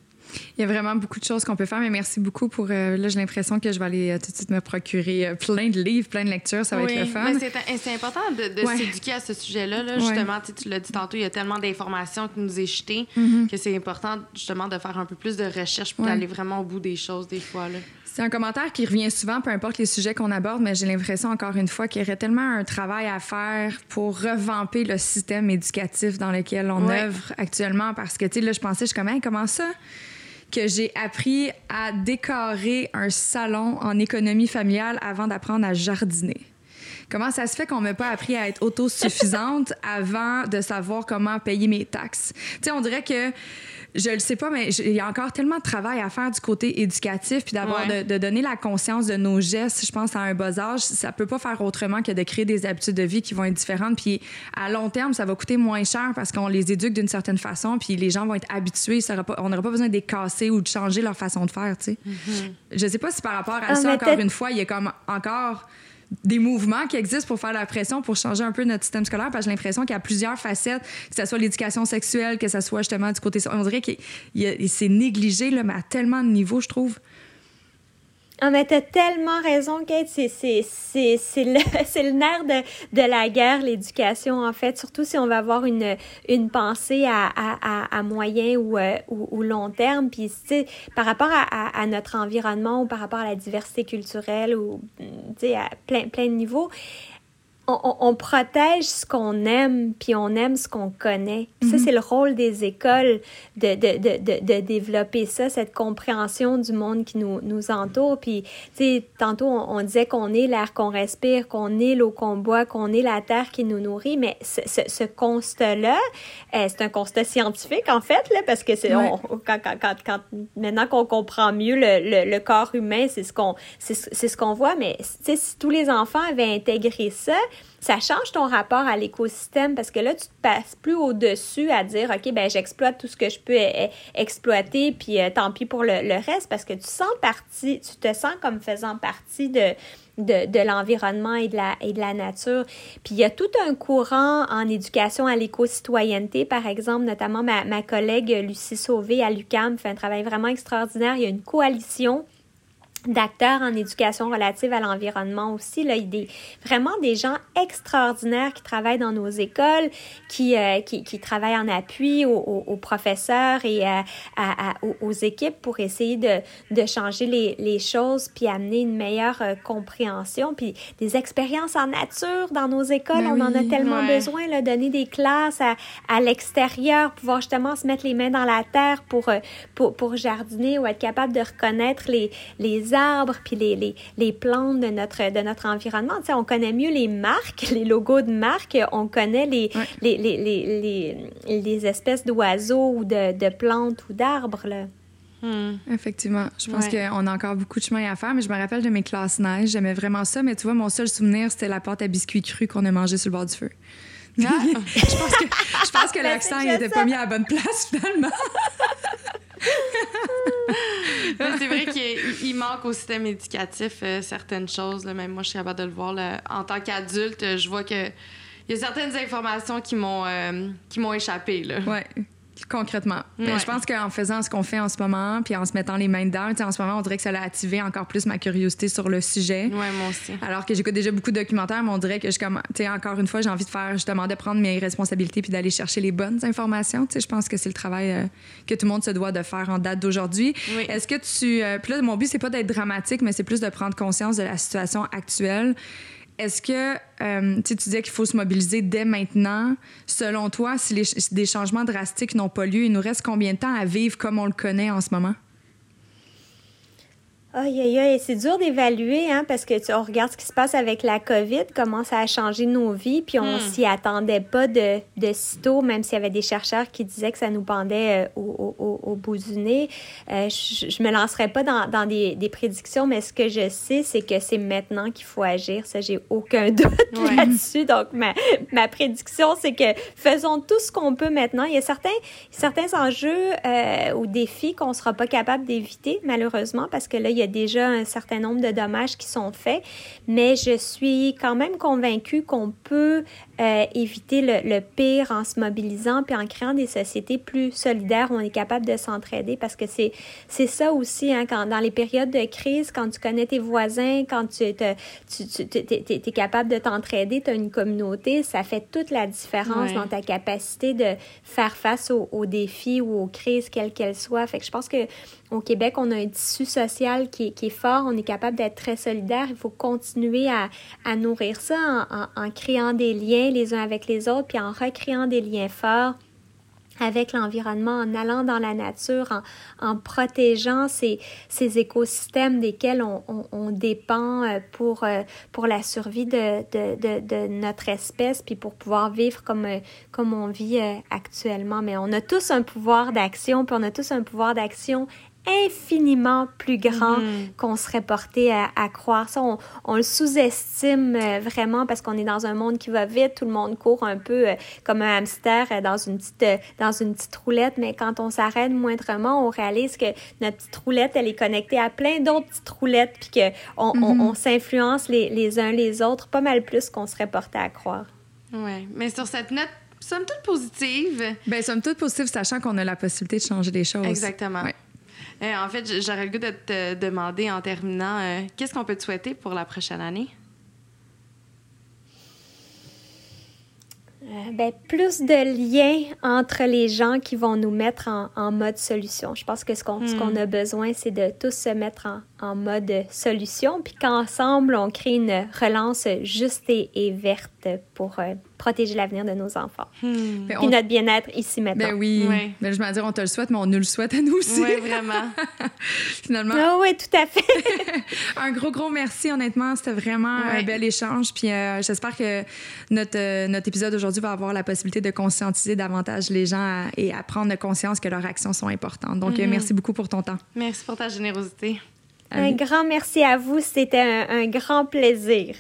Il y a vraiment beaucoup de choses qu'on peut faire, mais merci beaucoup pour... Euh, là, j'ai l'impression que je vais aller euh, tout de suite me procurer euh, plein de livres, plein de lectures. Ça va oui, être le fun. Mais c'est, c'est important de, de ouais. s'éduquer à ce sujet-là. Là, justement, ouais. tu l'as dit tantôt, il y a tellement d'informations qui nous est jetées mm-hmm. que c'est important, justement, de faire un peu plus de recherche pour ouais. aller vraiment au bout des choses, des fois. Là. C'est un commentaire qui revient souvent, peu importe les sujets qu'on aborde, mais j'ai l'impression, encore une fois, qu'il y aurait tellement un travail à faire pour revamper le système éducatif dans lequel on ouais. œuvre actuellement. Parce que, tu sais, là, je pensais, je suis comme, hey, comment ça? Que j'ai appris à décorer un salon en économie familiale avant d'apprendre à jardiner. Comment ça se fait qu'on m'a pas appris à être autosuffisante avant de savoir comment payer mes taxes? Tu sais, on dirait que, je le sais pas, mais il y a encore tellement de travail à faire du côté éducatif, puis d'avoir ouais. de, de donner la conscience de nos gestes, je pense, à un bas âge. Ça peut pas faire autrement que de créer des habitudes de vie qui vont être différentes. Puis à long terme, ça va coûter moins cher parce qu'on les éduque d'une certaine façon, puis les gens vont être habitués. Ça pas, on n'aura pas besoin de les casser ou de changer leur façon de faire, tu sais. Mm-hmm. Je sais pas si par rapport à ah, ça, encore une fois, il y a comme encore des mouvements qui existent pour faire la pression, pour changer un peu notre système scolaire, parce que j'ai l'impression qu'il y a plusieurs facettes, que ce soit l'éducation sexuelle, que ce soit justement du côté... On dirait que c'est négligé, là, mais à tellement de niveaux, je trouve. Ah, mais t'as tellement raison, Kate. C'est, c'est, c'est, c'est, le, c'est le nerf de, de la guerre, l'éducation, en fait. Surtout si on va avoir une, une pensée à, à, à moyen ou, ou, ou long terme. Puis, tu sais, par rapport à, à, à notre environnement ou par rapport à la diversité culturelle ou, tu sais, à plein, plein de niveaux, On, on, on protège ce qu'on aime, puis on aime ce qu'on connaît. Mm-hmm. Ça, c'est le rôle des écoles, de, de, de, de, de développer ça, cette compréhension du monde qui nous, nous entoure. Puis, tu sais, tantôt, on, on disait qu'on est l'air qu'on respire, qu'on est l'eau qu'on boit, qu'on est la terre qui nous nourrit, mais ce, ce, ce constat-là, euh, c'est un constat scientifique, en fait, là, parce que c'est, ouais. on, quand, quand, quand, quand, maintenant qu'on comprend mieux le, le, le corps humain, c'est ce qu'on, c'est, c'est ce qu'on voit, mais, tu sais, si tous les enfants avaient intégré ça, ça change ton rapport à l'écosystème parce que là, tu te passes plus au-dessus à dire, OK, ben j'exploite tout ce que je peux e- exploiter, puis euh, tant pis pour le, le reste, parce que tu sens partie, tu te sens comme faisant partie de, de, de l'environnement et de, la, et de la nature. Puis il y a tout un courant en éducation à l'éco-citoyenneté, par exemple, notamment ma, ma collègue Lucie Sauvé à l'U Q A M fait un travail vraiment extraordinaire. Il y a une coalition d'acteurs en éducation relative à l'environnement aussi. Là, il y a des, vraiment des gens extraordinaires qui travaillent dans nos écoles, qui, euh, qui, qui travaillent en appui aux, aux, aux professeurs et à, à, à, aux, aux équipes pour essayer de, de changer les, les choses puis amener une meilleure euh, compréhension. Puis des expériences en nature dans nos écoles, mais on oui, en a tellement ouais. besoin, là, donner des classes à, à l'extérieur, pouvoir justement se mettre les mains dans la terre pour, pour, pour jardiner ou être capable de reconnaître les, les arbres puis les, les, les plantes de notre, de notre environnement. Tu sais, on connaît mieux les marques, les logos de marques, on connaît les, ouais. les, les, les, les, les espèces d'oiseaux ou de, de plantes ou d'arbres, là. Hmm. Effectivement. Je pense ouais. qu'on a encore beaucoup de chemin à faire, mais je me rappelle de mes classes neige. J'aimais vraiment ça, mais tu vois, mon seul souvenir, c'était la pâte à biscuits crus qu'on a mangée sur le bord du feu. Ah. je pense que, je pense que l'accent n'était pas mis à la bonne place, finalement. C'est vrai qu'il il manque au système éducatif euh, certaines choses. Là. Même moi, je suis capable de le voir. Là. En tant qu'adulte, je vois que il y a certaines informations qui m'ont, euh, qui m'ont échappé. Là. Ouais. Concrètement. Ouais. Mais je pense qu'en faisant ce qu'on fait en ce moment, puis en se mettant les mains dedans, en ce moment, on dirait que ça a activé encore plus ma curiosité sur le sujet. Oui, moi aussi. Alors que j'écoute déjà beaucoup de documentaires, mais on dirait que je comme, tu sais, encore une fois, j'ai envie de faire justement de prendre mes responsabilités puis d'aller chercher les bonnes informations. Tu sais, je pense que c'est le travail euh, que tout le monde se doit de faire en date d'aujourd'hui. Oui. Est-ce que tu, euh, puis là, mon but c'est pas d'être dramatique, mais c'est plus de prendre conscience de la situation actuelle. Est-ce que, euh, tu disais qu'il faut se mobiliser dès maintenant. Selon toi, si, les, si des changements drastiques n'ont pas lieu, il nous reste combien de temps à vivre comme on le connaît en ce moment? Aïe, aïe, aïe, c'est dur d'évaluer, hein, parce que tu, on regarde ce qui se passe avec la COVID, comment ça a changé nos vies, puis on mm. s'y attendait pas de, de sitôt, même s'il y avait des chercheurs qui disaient que ça nous pendait euh, au, au, au bout du nez. Euh, je, je me lancerai pas dans, dans des, des prédictions, mais ce que je sais, c'est que c'est maintenant qu'il faut agir. Ça, j'ai aucun doute ouais. là-dessus. Donc, ma, ma prédiction, c'est que faisons tout ce qu'on peut maintenant. Il y a certains, certains enjeux euh, ou défis qu'on sera pas capable d'éviter, malheureusement, parce que là, il y a déjà un certain nombre de dommages qui sont faits, mais je suis quand même convaincue qu'on peut euh, éviter le, le pire en se mobilisant puis en créant des sociétés plus solidaires où on est capable de s'entraider, parce que c'est, c'est ça aussi, hein, quand, dans les périodes de crise, quand tu connais tes voisins, quand tu, te, tu, tu es capable de t'entraider, tu as une communauté, ça fait toute la différence ouais. dans ta capacité de faire face aux, aux défis ou aux crises, quelles qu'elles soient. Fait que je pense que au Québec, on a un tissu social qui est, qui est fort, on est capable d'être très solidaire. Il faut continuer à, à nourrir ça en, en, en créant des liens les uns avec les autres, puis en recréant des liens forts avec l'environnement, en allant dans la nature, en, en protégeant ces, ces écosystèmes desquels on, on, on dépend pour, pour la survie de, de, de, de notre espèce, puis pour pouvoir vivre comme, comme on vit actuellement. Mais on a tous un pouvoir d'action, puis on a tous un pouvoir d'action infiniment plus grand mm-hmm. qu'on serait porté à, à croire. Ça, on, on le sous-estime euh, vraiment parce qu'on est dans un monde qui va vite, tout le monde court un peu euh, comme un hamster euh, dans une petite euh, dans une petite roulette, mais quand on s'arrête moindrement, on réalise que notre petite roulette, elle est connectée à plein d'autres petites roulettes, puis qu'on mm-hmm. on, on s'influence les, les uns les autres pas mal plus qu'on serait porté à croire. Oui, mais sur cette note somme toute positive... Bien, somme toute positive, sachant qu'on a la possibilité de changer les choses. Exactement. Ouais. Euh, en fait, j'aurais le goût de te demander en terminant, euh, qu'est-ce qu'on peut te souhaiter pour la prochaine année? Euh, ben, plus de liens entre les gens qui vont nous mettre en, en mode solution. Je pense que ce qu'on, mm. ce qu'on a besoin, c'est de tous se mettre en, en mode solution, puis qu'ensemble, on crée une relance juste et, et verte pour euh, protéger l'avenir de nos enfants. Mm. Puis on... notre bien-être ici maintenant. Ben oui. Ouais. Ben, je vais dire, on te le souhaite, mais on nous le souhaite à nous aussi. Oui, vraiment. Finalement. Ah oui, tout à fait. Un gros, gros merci, honnêtement. C'était vraiment ouais. un bel échange. Puis euh, j'espère que notre, euh, notre épisode aujourd'hui va avoir la possibilité de conscientiser davantage les gens à, et à prendre conscience que leurs actions sont importantes. Donc, mm-hmm. merci beaucoup pour ton temps. Merci pour ta générosité. Un Allez. grand merci à vous. C'était un, un grand plaisir.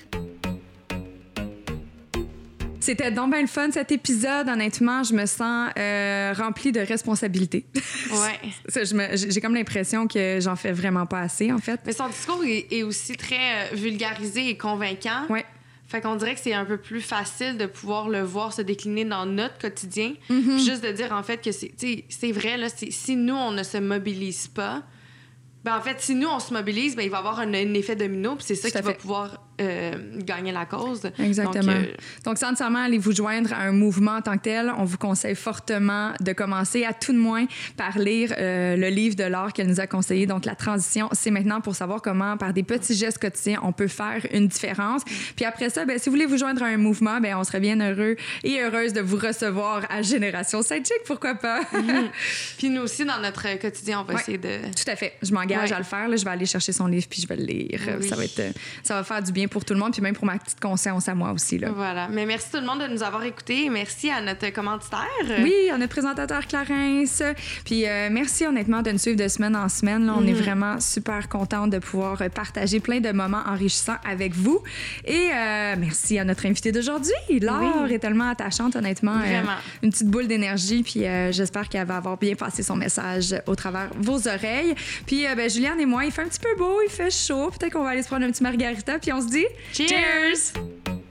C'était donc bien le fun, cet épisode. Honnêtement, je me sens euh, remplie de responsabilités. Ouais. je me, j'ai comme l'impression que j'en fais vraiment pas assez, en fait. Mais son discours est, est aussi très vulgarisé et convaincant. Ouais. Fait qu'on dirait que c'est un peu plus facile de pouvoir le voir se décliner dans notre quotidien. Mm-hmm. Puis juste de dire, en fait, que c'est, c'est vrai, là, c'est, si nous, on ne se mobilise pas, ben en fait, si nous, on se mobilise, ben il va y avoir un, un effet domino, puis c'est ça Tout qui va fait. pouvoir euh, gagner la cause. Exactement. Donc, euh... Donc, sans nécessairement aller vous joindre à un mouvement en tant que tel, on vous conseille fortement de commencer, à tout de moins, par lire euh, le livre de Laure qu'elle nous a conseillé. Donc, La transition, c'est maintenant pour savoir comment, par des petits gestes quotidiens, on peut faire une différence. Puis après ça, ben, si vous voulez vous joindre à un mouvement, ben, on serait bien heureux et heureuse de vous recevoir à Génération Sidechick, pourquoi pas? Mm-hmm. Puis nous aussi, dans notre quotidien, on va ouais. essayer de... Tout à fait. Je m'engage ouais. à le faire. Là. Je vais aller chercher son livre puis je vais le lire. Oui. Ça va être, ça va faire du bien pour tout le monde puis même pour ma petite conscience à moi aussi. Là. Voilà. Mais merci tout le monde de nous avoir écoutés. Merci à notre commanditaire. Oui, à notre présentateur Clarence. Puis euh, merci honnêtement de nous suivre de semaine en semaine. Là. On mm-hmm. est vraiment super contente de pouvoir partager plein de moments enrichissants avec vous. Et euh, merci à notre invitée d'aujourd'hui. Laure oui. est tellement attachante, honnêtement. Vraiment. Euh, une petite boule d'énergie. Puis euh, j'espère qu'elle va avoir bien passé son message au travers vos oreilles. Puis euh, ben, Juliane et moi, il fait un petit peu beau, il fait chaud. Peut-être qu'on va aller se prendre un petit margarita. Puis on se dit... Cheers! Cheers!